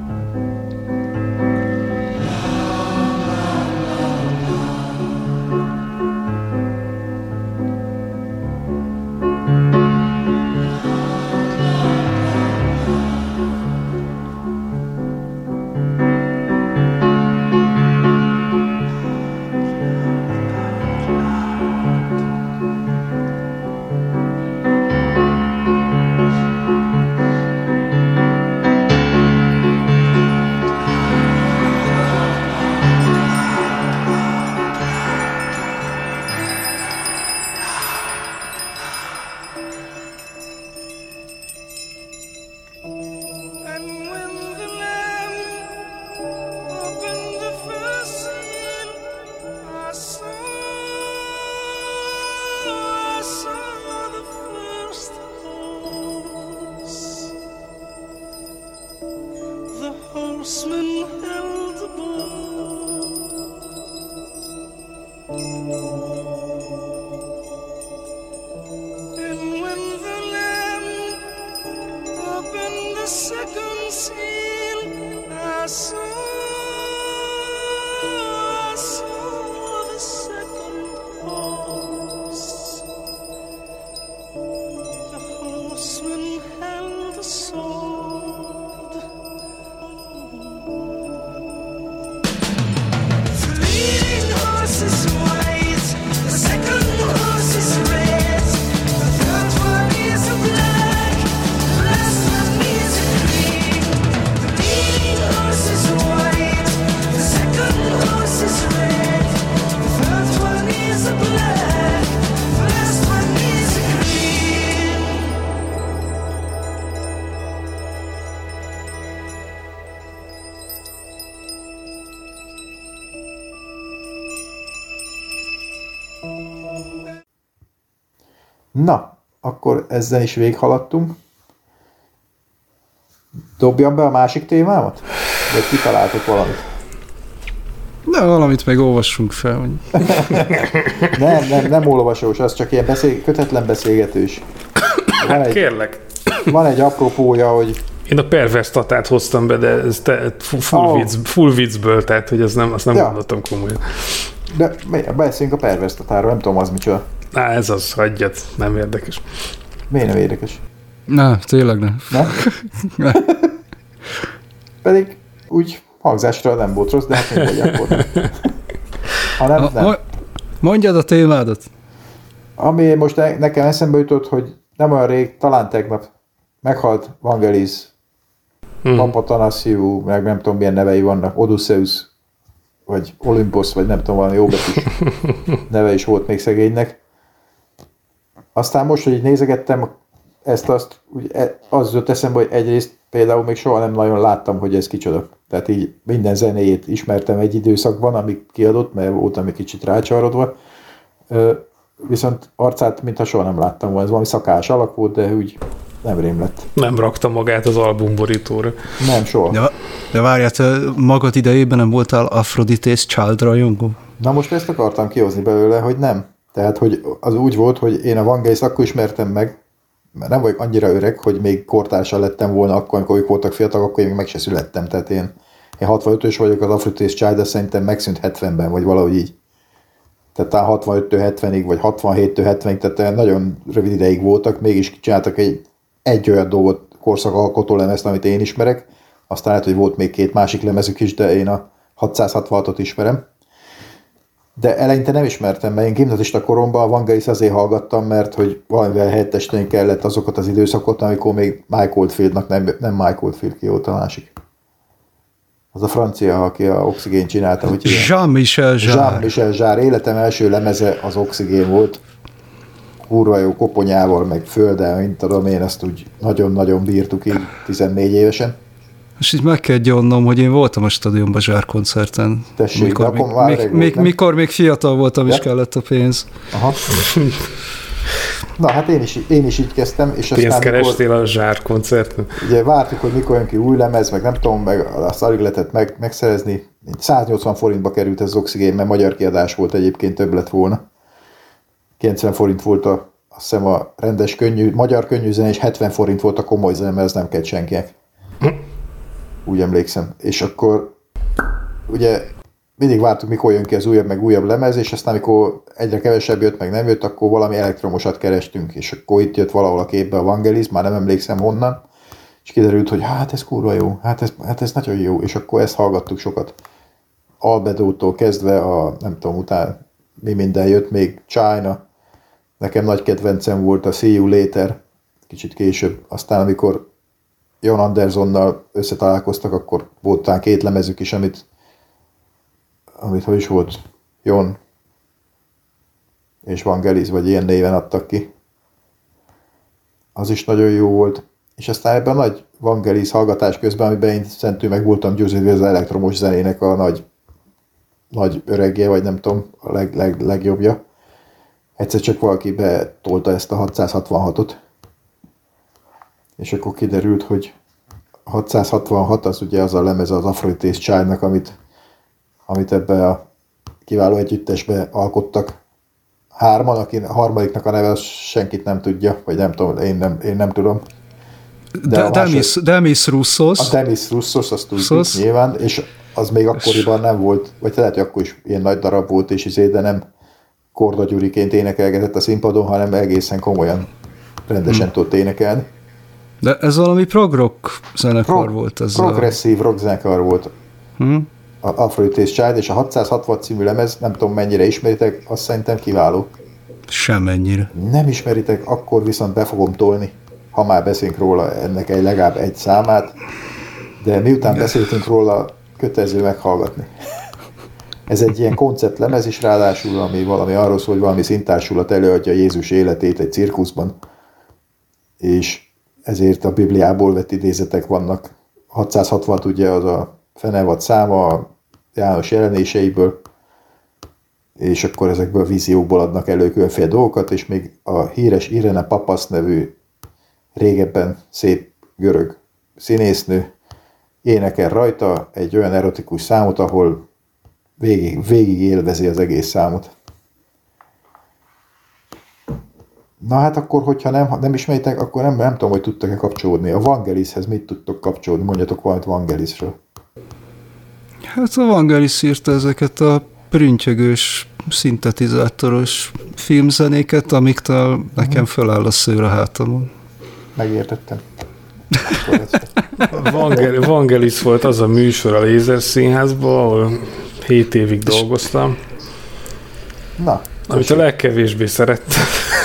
Na, akkor ezzel is végighaladtunk. Dobjam be a másik témámat? Vagy kitaláltok valamit? De valamit meg olvassunk fel. Hogy... nem, nem, nem olvasós, az csak ilyen beszél, kötetlen beszélgetős. Van egy, Kérlek. Van egy apropója, hogy... Én a perverstatát hoztam be, de ez te, full, oh. vicc, full viccből, tehát hogy ez nem, azt nem ja. Gondoltam komolyan. De beszéljünk a perverstatáról, nem tudom az micsoda. Á, ez az, hagyjad, nem érdekes. Miért nem érdekes? Na, tényleg nem. Nem? Pedig úgy hangzásra nem volt rossz, de hát még vagy akkor. Ha nem, nem. Mondjad a témádat. Ami most nekem eszembe jutott, hogy nem olyan rég, talán tegnap meghalt Vangelis, hmm. Papatanasiu, meg nem tudom milyen nevei vannak, Odysseus, vagy Olympos, vagy nem tudom, valami jóbetűs neve is volt még szegénynek. Aztán most, hogy így nézegettem ezt-azt, az jött eszembe, hogy egyrészt például még soha nem nagyon láttam, hogy ez kicsoda. Tehát így minden zenéjét ismertem egy időszakban, amik kiadott, mert voltam egy kicsit rácsarodva. Viszont arcát, mintha soha nem láttam volna. Ez valami szakás alak volt, de úgy nem rém lett. Nem rakta magát az albumborítóra. Nem, soha. De, de várjál, te magad idejében nem voltál Aphrodite's Child rajongó? Na most ezt akartam kihozni belőle, hogy nem. Tehát, hogy az úgy volt, hogy én a Vangelis akkor ismertem meg, mert nem vagyok annyira öreg, hogy még kortársa lettem volna akkor, amikor ők voltak fiatalok, akkor én még meg se születtem. Tehát én, én hatvanötös vagyok, az Aphrodite's Child, de szerintem megszűnt hetvenben, vagy valahogy így. Tehát talán hatvanöttől hetvenig, vagy hatvanhéttől hetvenig, tehát nagyon rövid ideig voltak, mégis csináltak egy, egy olyan dolgot, korszakalkotó lemezt, amit én ismerek. Aztán lehet, hogy volt még két másik lemezük is, de én a hatszázhatvanhatot ismerem. De eleinte nem ismertem, mert én gimnazista koromban a Vangelis azért hallgattam, mert hogy valamivel helyettesíteni kellett azokat az időszakot, amikor még Mike Oldfieldnak, nem, nem Mike Oldfield, ki volt a másik. Az a francia, aki a Oxigén csinálta. Jean-Michel Jarre. Jean-Michel Jarre. Életem első lemeze az Oxigén volt. Kurva jó koponyával, meg földdel, mint tudom én, ezt úgy nagyon-nagyon bírtuk így tizennégy évesen. És így meg kell gyannom, hogy én voltam a stadionban Jarre koncerten. Tessék, mikor, még, még, volt, még, mikor még fiatal voltam, ja? És kellett a pénz. Aha. Na hát én is, én is így kezdtem. És pénzt kerestél a Jarre koncerten? Ugye vártuk, hogy mikor jön ki új lemez, meg nem tudom, meg azt alig lehetett meg, megszerezni. száznyolcvan forintba került ez az Oxigén, mert magyar kiadás volt, egyébként több lett volna. kilencven forint volt a, azt hiszem a rendes könnyű, magyar könnyű zene, és hetven forint volt a komoly zene, mert ez nem kellett senkinek. Úgy emlékszem. És akkor ugye mindig vártuk, mikor jön ki az újabb, meg újabb lemez, és aztán amikor egyre kevesebb jött, meg nem jött, akkor valami elektromosat kerestünk, és akkor itt jött valahol a képbe a Vangelis, már nem emlékszem honnan, és kiderült, hogy hát ez kurva jó, hát ez, hát ez nagyon jó, és akkor ezt hallgattuk sokat. Albedótól kezdve a, nem tudom, utána mi minden jött, még China, nekem nagy kedvencem volt a See You Later, kicsit később, aztán amikor Jon Andersonnal összetalálkoztak, akkor volt talán két lemezük is, amit, amit hogy is volt, Jon és Vangelis, vagy ilyen néven adtak ki. Az is nagyon jó volt. És aztán ebben a nagy Vangelis hallgatás közben, amiben én szentül meg voltam győződve, az elektromos zenének a nagy, nagy öregje, vagy nem tudom, a leg, leg, legjobbja. Egyszer csak valaki betolta ezt a hatszázhatvanhatot. És akkor kiderült, hogy hatszázhatvanhat az ugye az a lemez az Aphrodite's Child-nak, amit, amit ebbe a kiváló együttesbe alkottak. Hárman, aki a harmadiknak a neve senkit nem tudja, vagy nem tudom, én nem, én nem tudom. De, De Demis, Demis Roussos. A Demis Roussos, azt tudjuk nyilván, és az még akkoriban nem volt, vagy lehet, hogy akkor is ilyen nagy darab volt, és izé, de nem Korda Gyuriként énekelgetett a színpadon, hanem egészen komolyan, rendesen hmm. tudott énekelni. De ez valami prog-rock zenekar Pro, volt. Ez progresszív a... rock zenekar volt. Hmm. A Aphrodite's Child, és a hatszázhatvan című lemez, nem tudom mennyire ismeritek, azt szerintem kiváló. Semmennyire. Nem ismeritek, akkor viszont be fogom tolni, ha már beszélünk róla, ennek egy legalább egy számát, de miután beszéltünk róla, kötelező meghallgatni. Ez egy ilyen konceptlemez is ráadásul, ami valami arról szól, hogy valami szintársulat előadja Jézus életét egy cirkuszban, és ezért a Bibliából vett idézetek vannak. hatszázhatvan ugye az a fenevad száma a János jelenéseiből, és akkor ezekből a víziókból adnak elő különféle dolgokat, és még a híres Irene Papas nevű régebben szép görög színésznő énekel rajta egy olyan erotikus számot, ahol végig, végig élvezi az egész számot. Na hát akkor, hogyha nem, nem ismeritek, akkor nem, nem tudom, hogy tudtak-e kapcsolódni. A Vangelishez mit tudtok kapcsolódni? Mondjatok valamit Vangelisről. Hát a Vangelis írta ezeket a prüntjögős, szintetizátoros filmzenéket, amiktől nekem föláll a szőr a hátamon. Megértettem. Vangel- Vangelis volt az a műsor a Lézerszínházban, ahol hét évig dolgoztam. Na. Amit a legkevésbé szerettem.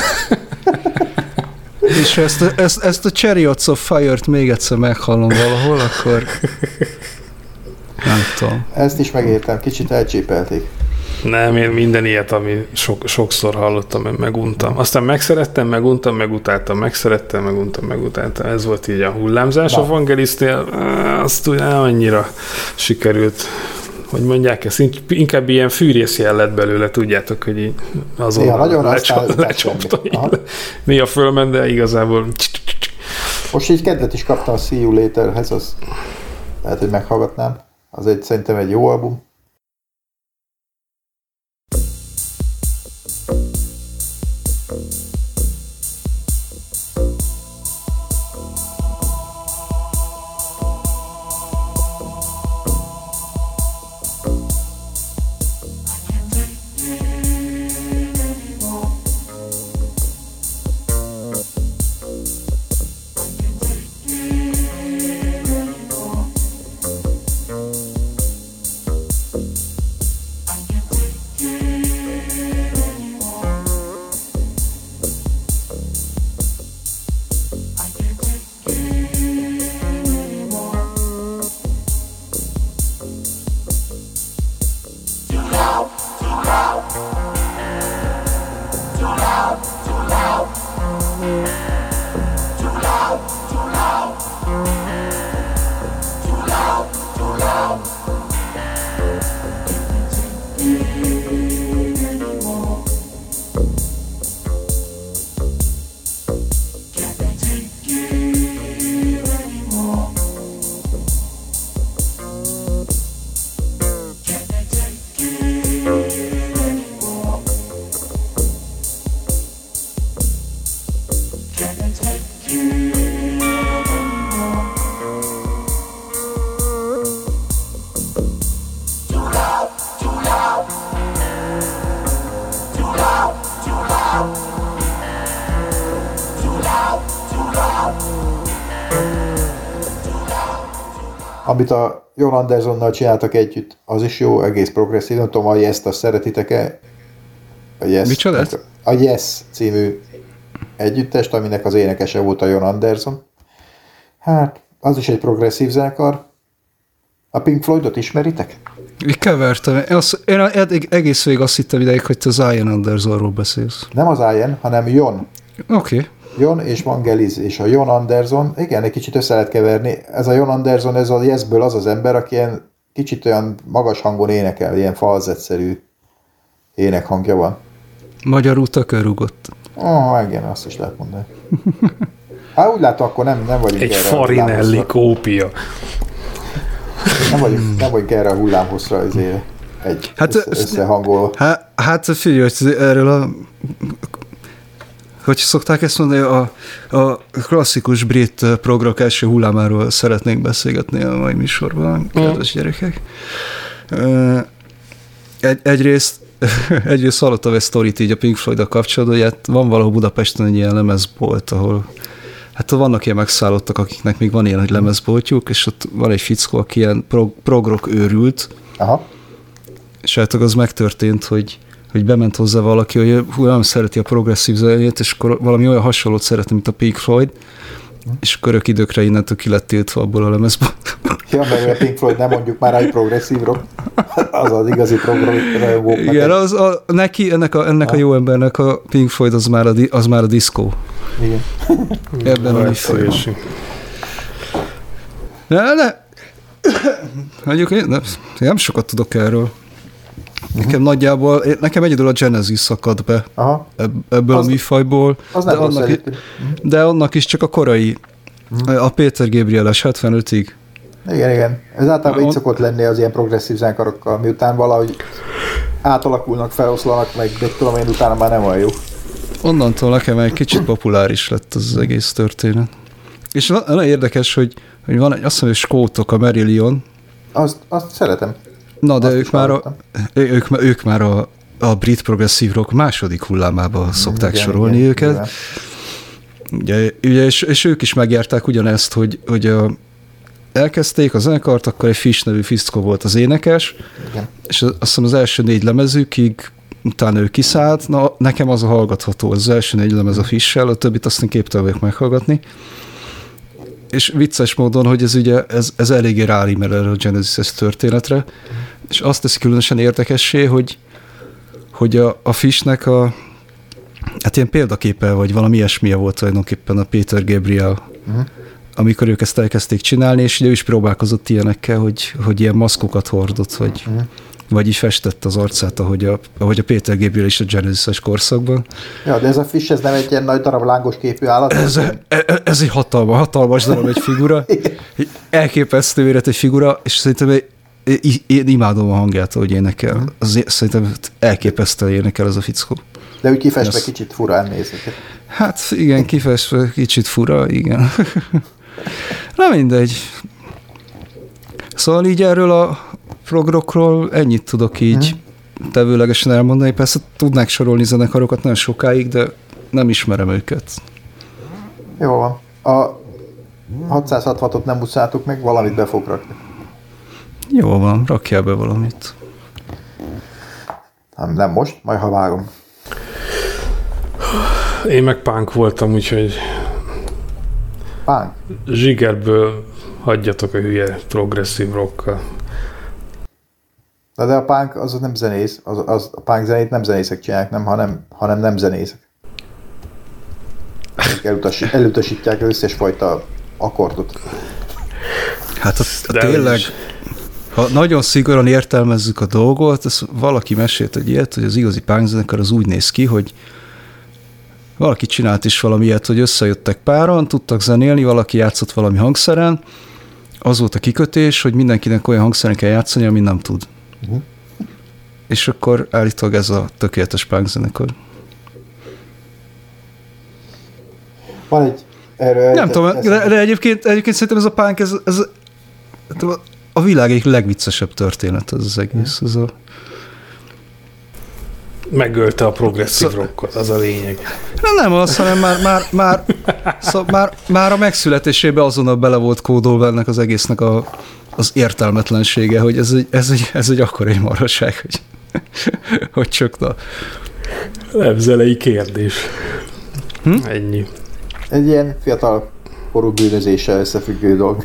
És ezt a, ezt, ezt a Chariots of Fire-t még egyszer meghallom valahol, akkor nem tudom. Ezt is megértem, kicsit elcsépelték. Nem, én minden ilyet, ami sok, sokszor hallottam, meguntam. Aztán megszerettem, meguntam, megutáltam, megszerettem, meguntam, megutáltam. Ez volt így a hullámzás. Na. A Vangelisnél azt úgy annyira sikerült, hogy mondják ezt, inkább ilyen fűrész jel lett belőle, tudjátok, hogy így azon ja, lecsapta, lecsapta néha fölment, de igazából most így kedvet is kaptam a See You Later-hez, az lehet, hogy meghallgatnám. Az egy, szerintem egy jó album. Amit a Jon Andersonnal csináltak együtt, az is jó, egész progresszív. Nem tudom, a Yes-t azt szeretitek-e? A Yes, micsoda? A Yes című együttest, aminek az énekese volt a Jon Anderson. Hát, az is egy progresszív zenekar. A Pink Floydot ismeritek? Én kevertem. Én, azt, én eddig, egész végig azt hittem ideig, hogy te az Ian Andersonról beszélsz. Nem az Ian, hanem Jon. Oké. Okay. Jon és Vangelis, és a Jon Anderson, igen, egy kicsit össze lehet keverni. Ez a Jon Anderson, ez a Yes-ből az az ember, aki ilyen kicsit olyan magas hangon énekel, ilyen falzettszerű énekhangja van. Magyarul tökörrugott. Ó, igen, azt is lehet mondani. Hát úgy látom, akkor nem, nem vagyunk egy erre Farinelli kópia. Nem vagyunk, nem vagyunk erre a hullámhosszra azért egy hát, össze, összehangoló. Hát, hát figyelj, erről a hogy szokták ezt mondani, a, a klasszikus brit progrok első hullámáról szeretnénk beszélgetni a mai műsorban, kedves mm. gyerekek. Egy, egyrészt, egyrészt hallottam egy sztorit így a Pink Floyd-a kapcsolatban, hogy hát van valahol Budapesten egy ilyen lemezbolt, ahol hát vannak ilyen megszállottak, akiknek még van ilyen egy lemezboltjuk, és ott van egy fickó, aki ilyen prog, progrok őrült, aha. És hát az megtörtént, hogy hogy bement hozzá valaki, hogy hú, nem szereti a progresszív zenét, és akkor valami olyan hasonlót szeretem, mint a Pink Floyd, és körök időkre innentől ki lett tiltva abból a lemezből. Ja, mert a Pink Floyd nem mondjuk már egy progresszív rock, az az igazi progresszív. Igen, az a, neki, ennek, a, ennek a jó embernek a Pink Floyd az már a, az már a diszkó. Igen. Ebben a műfajban. Ne, ne. Mondjuk én nem, nem sokat tudok erről. Nekem uh-huh. nagyjából, nekem egyedül a Genesis szakadt be aha. ebből az, a műfajból, az de, annak is, de annak is csak a korai, uh-huh. a Péter Gabrieles hetvenötig. Igen, igen. Ez általában így szokott lenni az ilyen progresszív zenekarokkal, miután valahogy átalakulnak, feloszlanak, meg de tudom én, utána már nem olyan jó. Onnantól nekem egy kicsit populáris lett az egész történet. És nagyon érdekes, hogy, hogy van egy, azt mondja, hogy skótok, a Marillion. Azt, azt szeretem. Na, de ők már, a, ők, ők már a, a brit progresszív rock második hullámába szokták igen, sorolni igen, őket. Ugye, ugye, és, és ők is megjárták ugyanezt, hogy, hogy a, elkezdték a zenekart, akkor egy Fish nevű fickó volt az énekes, igen. És azt hiszem az első négy lemezükig utána ő kiszállt, na nekem az a hallgatható, az első négy lemez a Fish-sel, a többit aztán képtelen vagyok meghallgatni. És vicces módon, hogy ez ugye, ez, ez eléggé rárímel erre a Genesis történetre, és azt teszi különösen érdekessé, hogy, hogy a, a Fish-nek a hát ilyen példaképe, vagy valami ilyesmije volt tulajdonképpen a Peter Gabriel, uh-huh. amikor ők ezt elkezdték csinálni, és ő is próbálkozott ilyenekkel, hogy, hogy ilyen maszkokat hordott, vagy, uh-huh. vagy így festett az arcát, ahogy a, ahogy a Peter Gabriel is a Genesis-es korszakban. Ja, de ez a Fish, ez nem egy ilyen nagy darab lángos képű állat? Ez, ez, ez egy hatalmas, hatalmas darab egy figura. Elképesztő méret egy figura, és szerintem én, én imádom a hangját, ahogy énekel. Uh-huh. Az, szerintem elképesztően énekel ez a fickó. De úgy kifestve kicsit fura nézik. Hát igen, kifestve kicsit fura, igen. Na mindegy. Szóval így erről a progrokról ennyit tudok így hmm. tevőlegesen elmondani. Persze tudnák sorolni zenekarokat nagyon sokáig, de nem ismerem őket. Jó van. A hatszázhatvanot nem buszáltuk meg, valamit be fog rakni. Jó van, rakjál be valamit. Nem, nem most, majd ha vágom. Én meg punk voltam, úgyhogy punk? Zsigerből hagyjatok a hülye progresszív rockkal. De, de a punk az nem zenész, az, az, a punk zenét nem zenészek csinálják, nem, hanem, hanem nem zenészek. Elutasít, elutasítják az összes fajta akkordot. Hát a, a tényleg, ha nagyon szigorúan értelmezzük a dolgot, ez valaki mesélt egy ilyet, hogy az igazi punk zenekar az úgy néz ki, hogy valaki csinált is valami ilyet, hogy összejöttek páran, tudtak zenélni, valaki játszott valami hangszeren, az volt a kikötés, hogy mindenkinek olyan hangszeren kell játszani, ami nem tud. Uh-huh. És akkor állítólag ez a tökéletes punk zenekar. Van egy erről... Nem tudom, de, de egyébként, egyébként szerintem ez a punk, ez, ez a világ egyik legviccesebb történet, ez az egész. Ez a... Megölte a progresszív Szó... rockot, az a lényeg. Nem, nem az, hanem már, már, már, szóval már, már a megszületésében azonnal bele volt kódolva ennek az egésznek a, az értelmetlensége, hogy ez egy, ez egy, ez egy akkora egy marhaság, hogy, hogy csak na. Lemzelei kérdés. Hm? Ennyi. Egy ilyen fiatal korú bűnözéssel összefüggő dolog.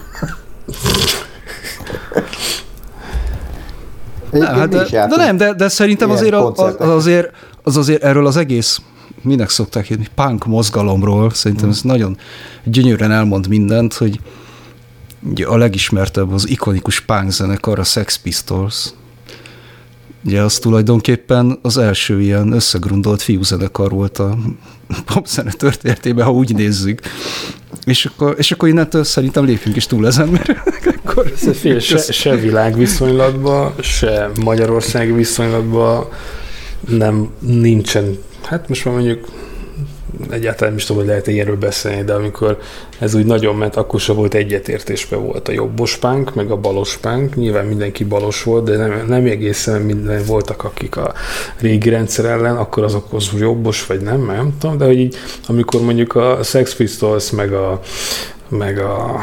Nem, hát de, de nem, de, de szerintem azért, a, az, azért, az azért erről az egész, minek szokták írni, punk mozgalomról, szerintem hmm. ez nagyon gyönyörűen elmond mindent, hogy ugye a legismertebb az ikonikus punk zenekar, a Sex Pistols. Ugye az tulajdonképpen az első ilyen összegrundolt fiúzenekar volt a popzene történetében, ha úgy nézzük. És akkor, és akkor innentől szerintem lépjünk is túl ezen, mert akkor... Fél, se, se világviszonylatban, se Magyarország viszonylatban nem nincsen, hát most már mondjuk egyáltalán nem is tudom, hogy lehet ilyenről beszélni, de amikor ez úgy nagyon ment, akkor sem volt egyetértésben volt a jobbos punk, meg a balos punk. Nyilván mindenki balos volt, de nem, nem egészen minden voltak, akik a régi rendszer ellen, akkor azok az jobbos, vagy nem, nem tudom, de hogy így, amikor mondjuk a Sex Pistols, meg a, meg a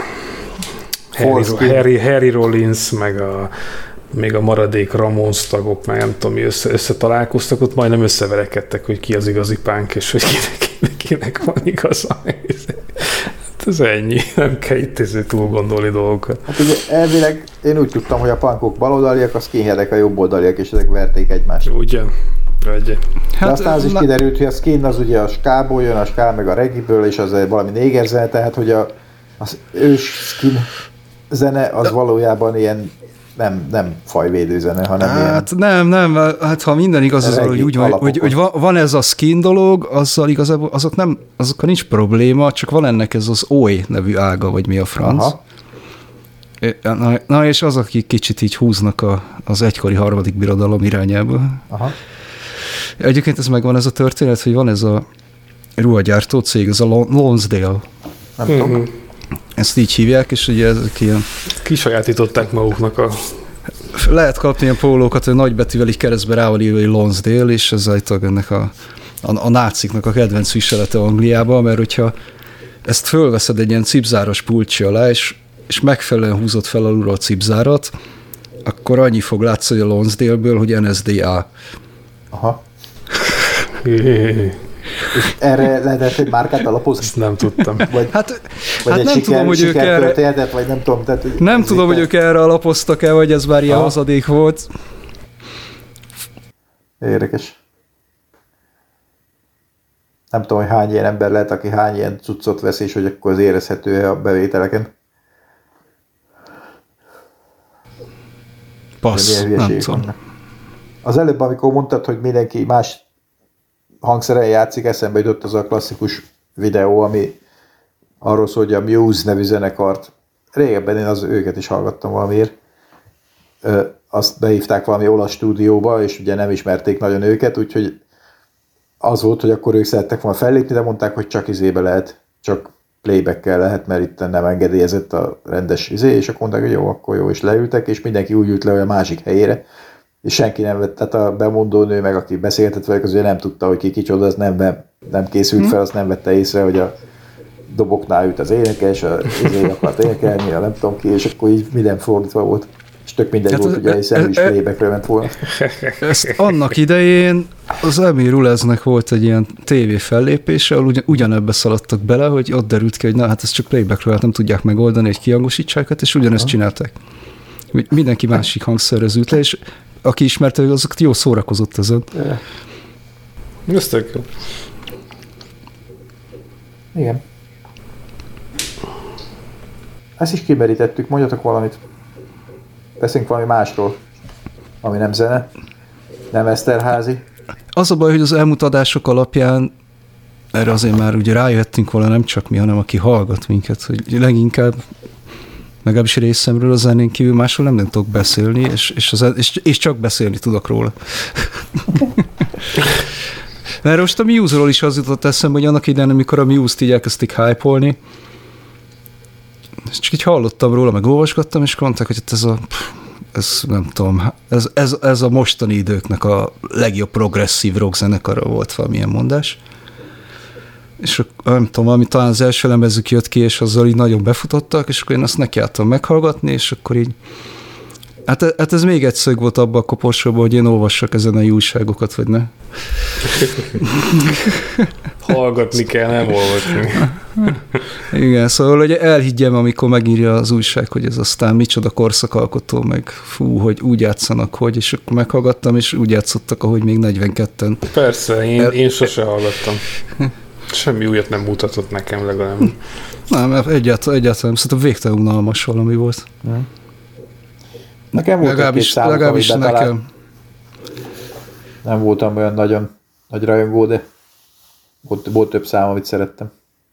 Harry, Harry, Harry Rollins, meg a még a maradék Ramones tagok, meg nem tudom, mi össze, összetalálkoztak, ott majdnem összeverekedtek, hogy ki az igazi punk, és hogy kinek, kinek van igaza. Hát ez ennyi, nem kell itt túl gondolni dolgokat. Hát ugye elvileg én úgy tudtam, hogy a punkok baloldaliak, a skinheadek a jobboldaliak, és ezek verték egymást. Ugyan. Ugye. Hát, de aztán az is na... kiderült, hogy a skin az ugye a skából jön, a ska meg a reggae-ből, és az valami néger zene, tehát hogy a, az ős skin zene az de... valójában ilyen nem, nem fajvédő zene, hanem hát ilyen... nem, nem, hát ha minden igaz, az, hogy úgy van, hogy, hogy van ez a skin dolog, azzal igazából azok nem, azokkal nincs probléma, csak van ennek ez az Oi nevű ága, vagy mi a franc. Na, na és az, akik kicsit így húznak a, az egykori harmadik birodalom irányába. Aha. Egyébként ez megvan ez a történet, hogy van ez a ruhagyártó cég, ez a Lonsdale. Nem mm-hmm. tudom. Ezt így hívják, és ugye ezek ilyen... Kisajátították maguknak a... Lehet kapni ilyen pólókat, hogy nagybetűvel így keresztbe rá van írva, hogy Lonsdale, és ez állítólag ennek a, a, a náciknak a kedvenc viselete Angliában, mert hogyha ezt fölveszed egy ilyen cipzáros pulcsi alá, és és megfelelően húzott fel alulról a cipzárat, akkor annyi fog látszani a Lonsdale-ből, hogy en es dé á. Aha. És erre lehetett egy márkát alapozni? Ezt nem tudtam. Vagy, Hát, vagy hát egy nem siker, tudom, hogy ők erre... vagy nem tudom. Tehát, Nem tudom, hogy ők erre alapoztak-e, vagy ez már ilyen hozadék volt. Érdekes. Nem tudom, hogy hány ilyen ember lehet, aki hány ilyen cuccot vesz, és hogy akkor az érezhető a bevételeken. Passz, nem tudom. Vannak. Az előbb, amikor mondtad, hogy mindenki más hangszeren játszik, eszembe jutott az a klasszikus videó, ami arról szól, hogy a Muse nevű zenekart, régebben én az őket is hallgattam valamiért, Ö, azt behívták valami olasz stúdióba, és ugye nem ismerték nagyon őket, úgyhogy az volt, hogy akkor ők szerettek volna fellépni, de mondták, hogy csak izébe lehet, csak playback-kel lehet, mert itt nem engedélyezett a rendes izé, és akkor mondták, hogy jó, akkor jó, és leültek, és mindenki úgy ült le, hogy a másik helyére, és senki nem vett, tehát a bemondó nő, meg aki beszélgetett velük, az ugye nem tudta, hogy ki kicsoda, az nem, nem készült fel, azt nem vette észre, hogy a doboknál ült az énekes, az izé akart énekelni, a nem tudom ki, és akkor így minden fordítva volt. És tök mindegy hát volt, ugye, hiszen ő is playbackre ment volna. Ezt annak idején az Emil Ruleznek volt egy ilyen tévé fellépése, ahol ugyan, ugyanebbe szaladtak bele, hogy ott derült ki, hogy na hát ez csak playbackről, hát nem tudják megoldani, hogy kihangosítsák, és ugyanezt csinálták. Mindenki másik hangszerrezült le, és aki ismerte, azokat jó szórakozott ezen. Ez tök jó. Igen. Ezt is kimerítettük, mondjatok valamit. Beszéljünk valami másról, ami nem zene, nem Eszterházi. Az a baj, hogy az elmúlt adások alapján erre azért már ugye rájöttünk volna, nem csak mi, hanem aki hallgat minket, hogy leginkább legalábbis részemről a zenén kívül másról nem, nem tudok beszélni, és, és, az, és, és csak beszélni tudok róla. Mert most a Muse-ról is az jutott eszembe, hogy annak idején, amikor a Muse-t így elkezdték hype-olni, és csak így hallottam róla, meg olvasgattam, és mondták, hogy ez a, ez nem tudom, ez, ez, ez a mostani időknek a legjobb progresszív rock zenekara volt valamilyen mondás. És nem tudom, valami talán az első lemezük jött ki, és azzal így nagyon befutottak, és akkor én azt nekiálltam meghallgatni, és akkor így hát, hát ez még egy szög volt abban a koporsóban, hogy én olvassak ezen a újságokat, vagy ne? Hallgatni kell, nem olvasni. Igen, szóval hogy elhiggyem, amikor megírja az újság, hogy ez aztán micsoda korszakalkotó, meg fú, hogy úgy játszanak, hogy, és akkor meghallgattam, és úgy játszottak, ahogy még negyvenketten. Persze, én, El... én sose hallgattam. Semmi újat nem mutatott nekem legalább. Nem, egyáltalán, egyáltalán szerintem végtelen unalmas valami volt. Hmm. Nekem volt legalábbis, egy számok, legalábbis nekem. Nem voltam olyan nagyon nagy rajongó, de volt, volt több szám, amit szerettem.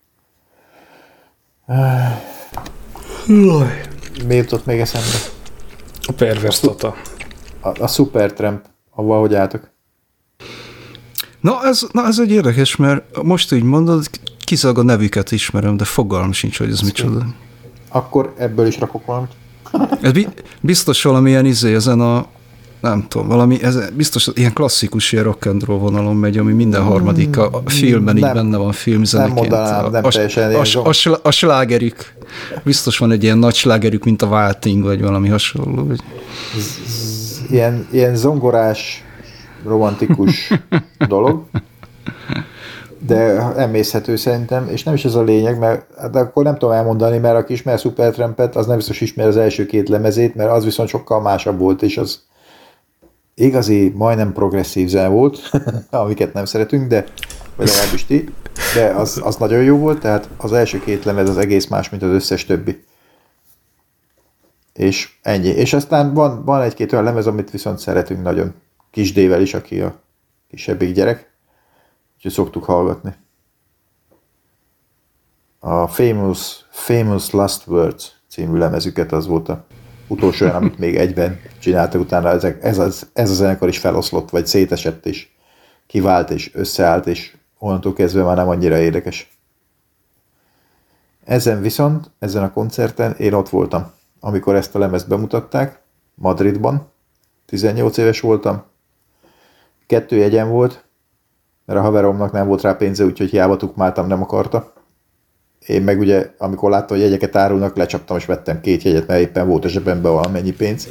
Mi jutott még eszembe? A Pervers Tata. A, a Supertramp, avval hogy álltok? Na ez, na ez egy érdekes, mert most így mondod, kizárólag a nevüket ismerem, de fogalmam sincs, hogy ez micsoda. Akkor ebből is rakok valamit. Ez biztos valamilyen izé ezen a, nem tudom, valami, ez biztos ilyen klasszikus ilyen rock and roll vonalon megy, ami minden harmadik a filmben nem, így benne van filmzeneként. Nem mondanám, nem a, teljesen a, a, a, a slágerük. Biztos van egy ilyen nagy slágerük, mint a Válting, vagy valami hasonló. Vagy. Z, z, ilyen, ilyen zongorás, romantikus dolog, de emészhető szerintem, és nem is ez a lényeg, mert de akkor nem tudom elmondani, mert aki ismer Supertrampet, az nem biztos ismer az első két lemezét, mert az viszont sokkal másabb volt, és az igazi, majdnem progresszív zene volt, amiket nem szeretünk, de vagy legalábbis ti, de az, az nagyon jó volt, tehát az első két lemez az egész más, mint az összes többi. És ennyi. És aztán van, van egy-két olyan lemez, amit viszont szeretünk nagyon. Kis D-vel is, aki a kisebbik gyerek. Úgyhogy szoktuk hallgatni. A Famous, Famous Last Words című lemezüket, az volt a utolsó olyan, amit még egyben csináltak, utána ezek, ez, az, ez a zenekar is feloszlott, vagy szétesett, és kivált, és összeállt, és onnantól kezdve már nem annyira érdekes. Ezen viszont, ezen a koncerten én ott voltam, amikor ezt a lemezt bemutatták, Madridban, tizennyolc éves voltam, kettő jegyem volt, mert a haveromnak nem volt rá pénze, úgyhogy hiába tukmáltam, nem akarta. Én meg ugye, amikor láttam, hogy jegyeket árulnak, lecsaptam és vettem két jegyet, mert éppen volt a zsebemben valamennyi pénz.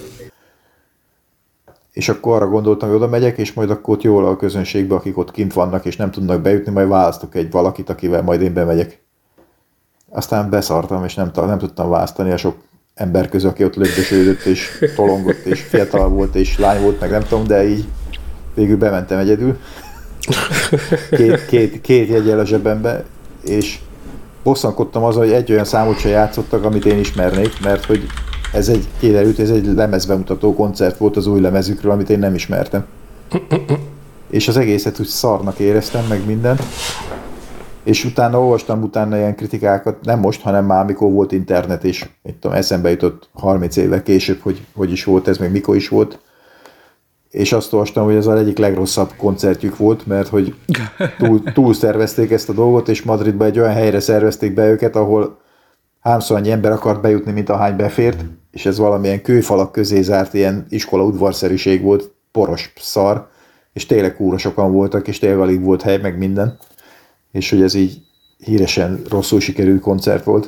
És akkor arra gondoltam, hogy oda megyek, és majd akkor ott jól a közönségbe, akik ott kint vannak, és nem tudnak bejutni, majd választok egy valakit, akivel majd én bemegyek. Aztán beszartam, és nem, nem tudtam választani a sok ember közül, aki ott lögdösődött, és tolongott, és fiatal volt, és lány volt, meg nem tudom, de így végül bementem egyedül. Két, két, két jegyel a zsebembe, és bosszankodtam azon, hogy egy olyan számot se játszottak, amit én ismernék, mert hogy ez egy, kiderült, ez egy lemezbemutató koncert volt az új lemezükről, amit én nem ismertem. És az egészet úgy szarnak éreztem, meg minden. És utána olvastam utána ilyen kritikákat, nem most, hanem már amikor volt internet, és mit tudom, eszembe jutott harminc évvel később, hogy hogy is volt ez, meg mikor is volt. És azt olvastam, hogy ez az egyik legrosszabb koncertjük volt, mert hogy túl, túl szervezték ezt a dolgot, és Madridba egy olyan helyre szervezték be őket, ahol háromszor annyi ember akart bejutni, mint ahány befért, és ez valamilyen kőfalak közé zárt ilyen iskola udvarszerűség volt, poros szar, és tényleg kúra sokan voltak, és tényleg alig volt hely, meg minden. És hogy ez így híresen rosszul sikerült koncert volt.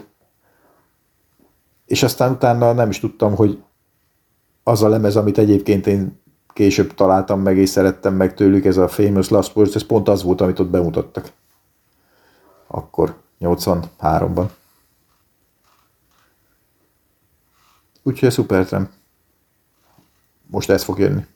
És aztán utána nem is tudtam, hogy az a lemez, amit egyébként én később találtam meg, és szerettem meg tőlük, ez a Famous Last Words, ez pont az volt, amit ott bemutattak. Akkor, nyolcvanháromban. Úgyhogy a Supertramp. Most ez fog jönni.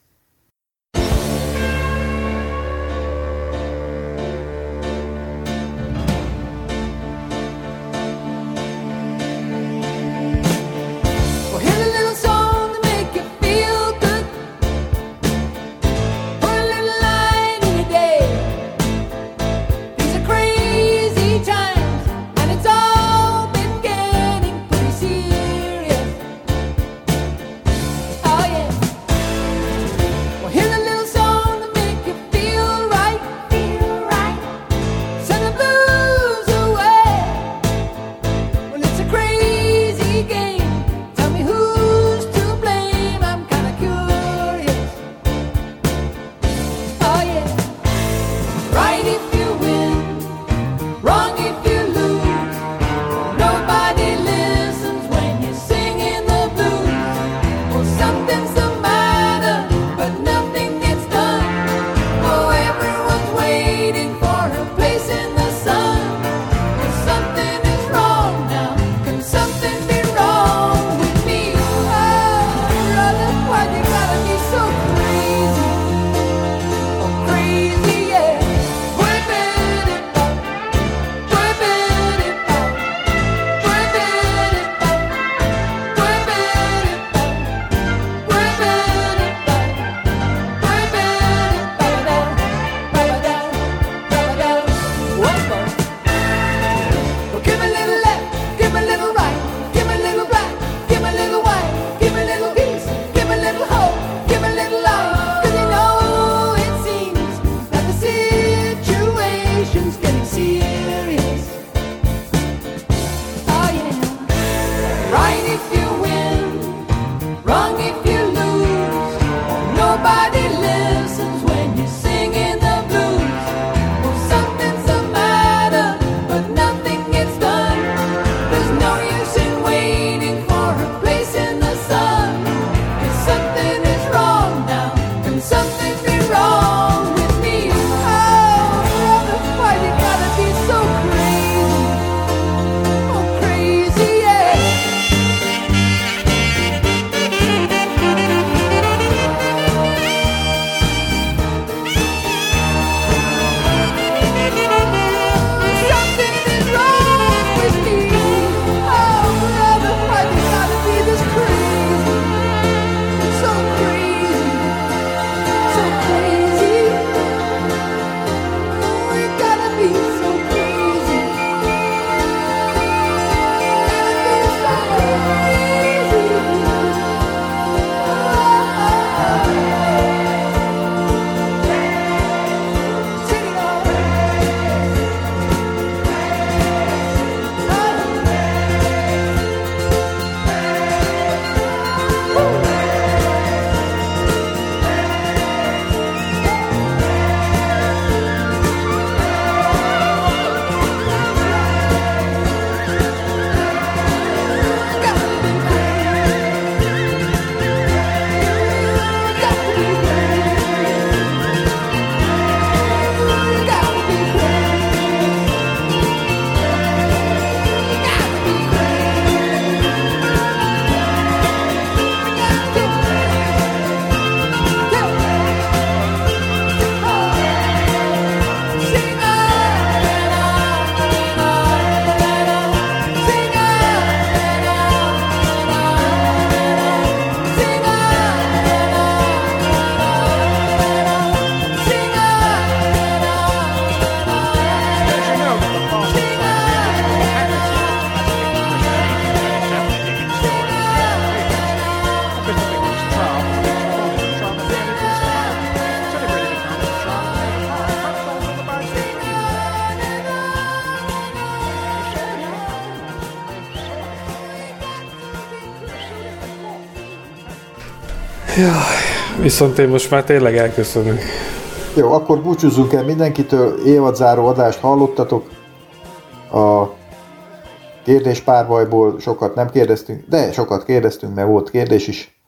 Ja, viszont én most már tényleg elköszönök. Jó, akkor búcsúzzunk el mindenkitől, évadzáró adást hallottatok. A kérdéspárbajból sokat nem kérdeztünk, de sokat kérdeztünk, mert volt kérdés is.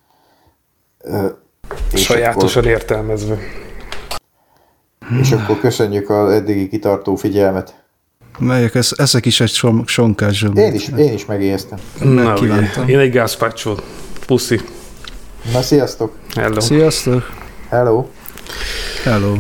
És sajátosan akkor, értelmezve. És akkor köszönjük az eddigi kitartó figyelmet. Melyek, ez, ezek is egy sonkás zsömlet. Én is, én is megijesztem. Na, ugye, én egy gazpacho. Puszi. Na, sziasztok! Hello. Sziasztok! Hello! Hello!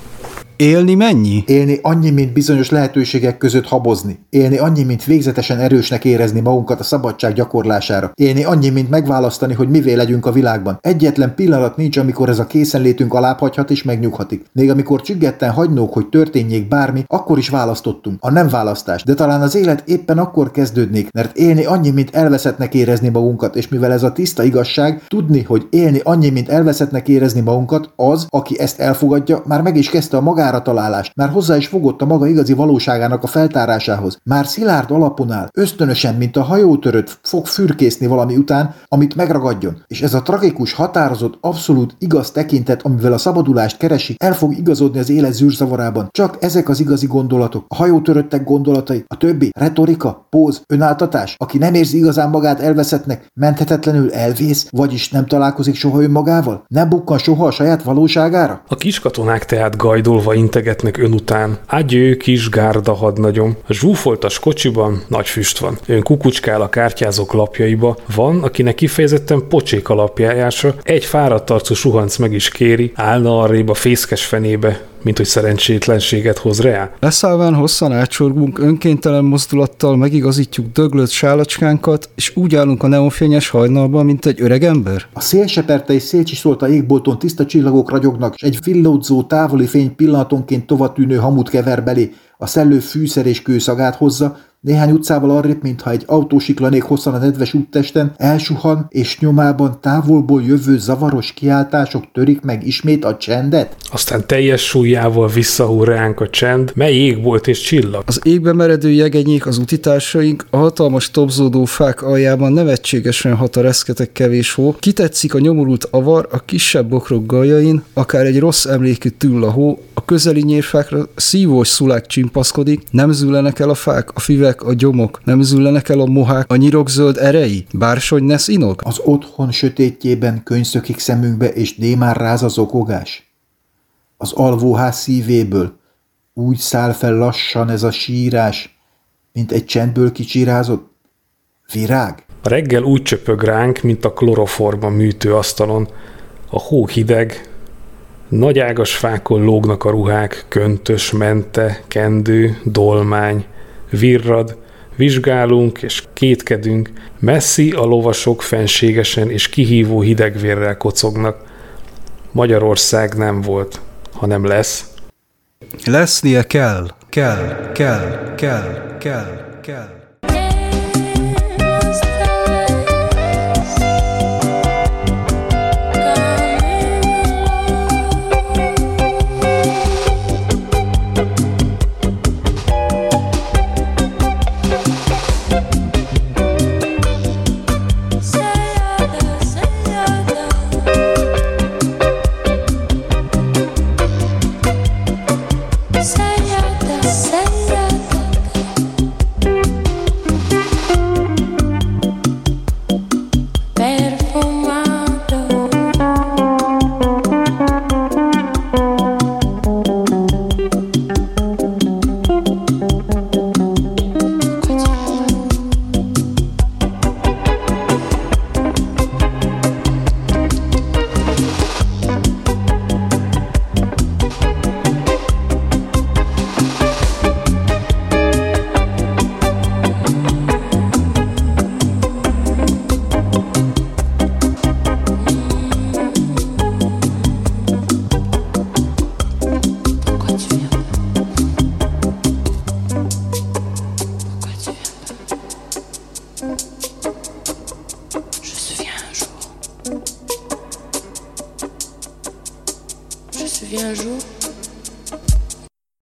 Élni mennyi? Élni annyi, mint bizonyos lehetőségek között habozni. Élni annyi, mint végzetesen erősnek érezni magunkat a szabadság gyakorlására. Élni annyi, mint megválasztani, hogy mivé legyünk a világban. Egyetlen pillanat nincs, amikor ez a készenlétünk alábbhagyhat és megnyughatik. Még amikor csüggetten hagynók, hogy történjék bármi, akkor is választottunk. A nem választás. De talán az élet éppen akkor kezdődnék, mert élni annyi, mint elveszettnek érezni magunkat, és mivel ez a tiszta igazság, tudni, hogy élni annyi, mint elveszettnek érezni magunkat, az, aki ezt elfogadja, már meg is kezdte a magára találást, már hozzá is fogott a maga igazi valóságának a feltárásához. Már szilárd alapon áll, ösztönösen, mint a hajótörött fog fürkészni valami után, amit megragadjon. És ez a tragikus, határozott, abszolút igaz tekintet, amivel a szabadulást keresi, el fog igazodni az élet zűrzavarában. Csak ezek az igazi gondolatok, a hajótöröttek gondolatai, a többi, retorika, póz, önáltatás, aki nem érzi igazán magát elveszettnek, menthetetlenül elvész, vagyis nem találkozik soha önmagával, nem bukkan soha a saját valóságára. A kiskatonák tehát gajdolva integetnek ön után. Ágyő, kis gárda hadnagyom. A zsúfoltas kocsiban nagy füst van. Ön kukucskál a kártyázók lapjaiba. Van, akinek kifejezetten pocsék alapjárása. Egy fáradt arcú suhanc meg is kéri, állna arrébb a fészkes fenébe, mint hogy szerencsétlenséget hoz reá. Leszállván hosszan átsorgunk, önkéntelen mozdulattal megigazítjuk döglött sálacskánkat, és úgy állunk a neonfényes hajnalban, mint egy öreg ember. A szél seperte és szélcsiszolt a égbolton, tiszta csillagok ragyognak, és egy villódzó távoli fény pillanatonként tovatűnő hamut kever belé, a szellő fűszer és kőszagát hozza, néhány utcával arrébb, mintha egy autó siklanék hosszan a nedves úttesten, elsuhan, és nyomában távolból jövő zavaros kiáltások törik meg ismét a csendet. Aztán teljes súlyával visszahúr ránk a csend, mely égbolt és csillag. Az égbe meredő jegenyék, az utitársaink, a hatalmas tobzódó fák aljában nevetségesen hat a reszketek kevés hó, kitetszik a nyomorult avar a kisebb bokrok galjain, akár egy rossz emlékű tüll a hó, a közeli nyírfákra szívós szulák csimpaszkodik, nem züllenek el a fák, a fivek, a gyomok, nem züllenek el a mohák, a nyirokzöld erei, bársony nesz inog? Az otthon sötétjében könyszökik szemünkbe, és némán ráz a zokogás. Az alvóház szívéből úgy száll fel lassan ez a sírás, mint egy csendből kicsirázott virág. A reggel úgy csöpög ránk, mint a kloroforma műtő asztalon. A hó hideg, nagy ágas fákon lógnak a ruhák, köntös, mente, kendő, dolmány, virrad, vizsgálunk és kétkedünk, messzi a lovasok fenségesen és kihívó hidegvérrel kocognak. Magyarország nem volt, hanem lesz. Lesznie kell, kell, kell, kell, kell, kell. Je suis un jour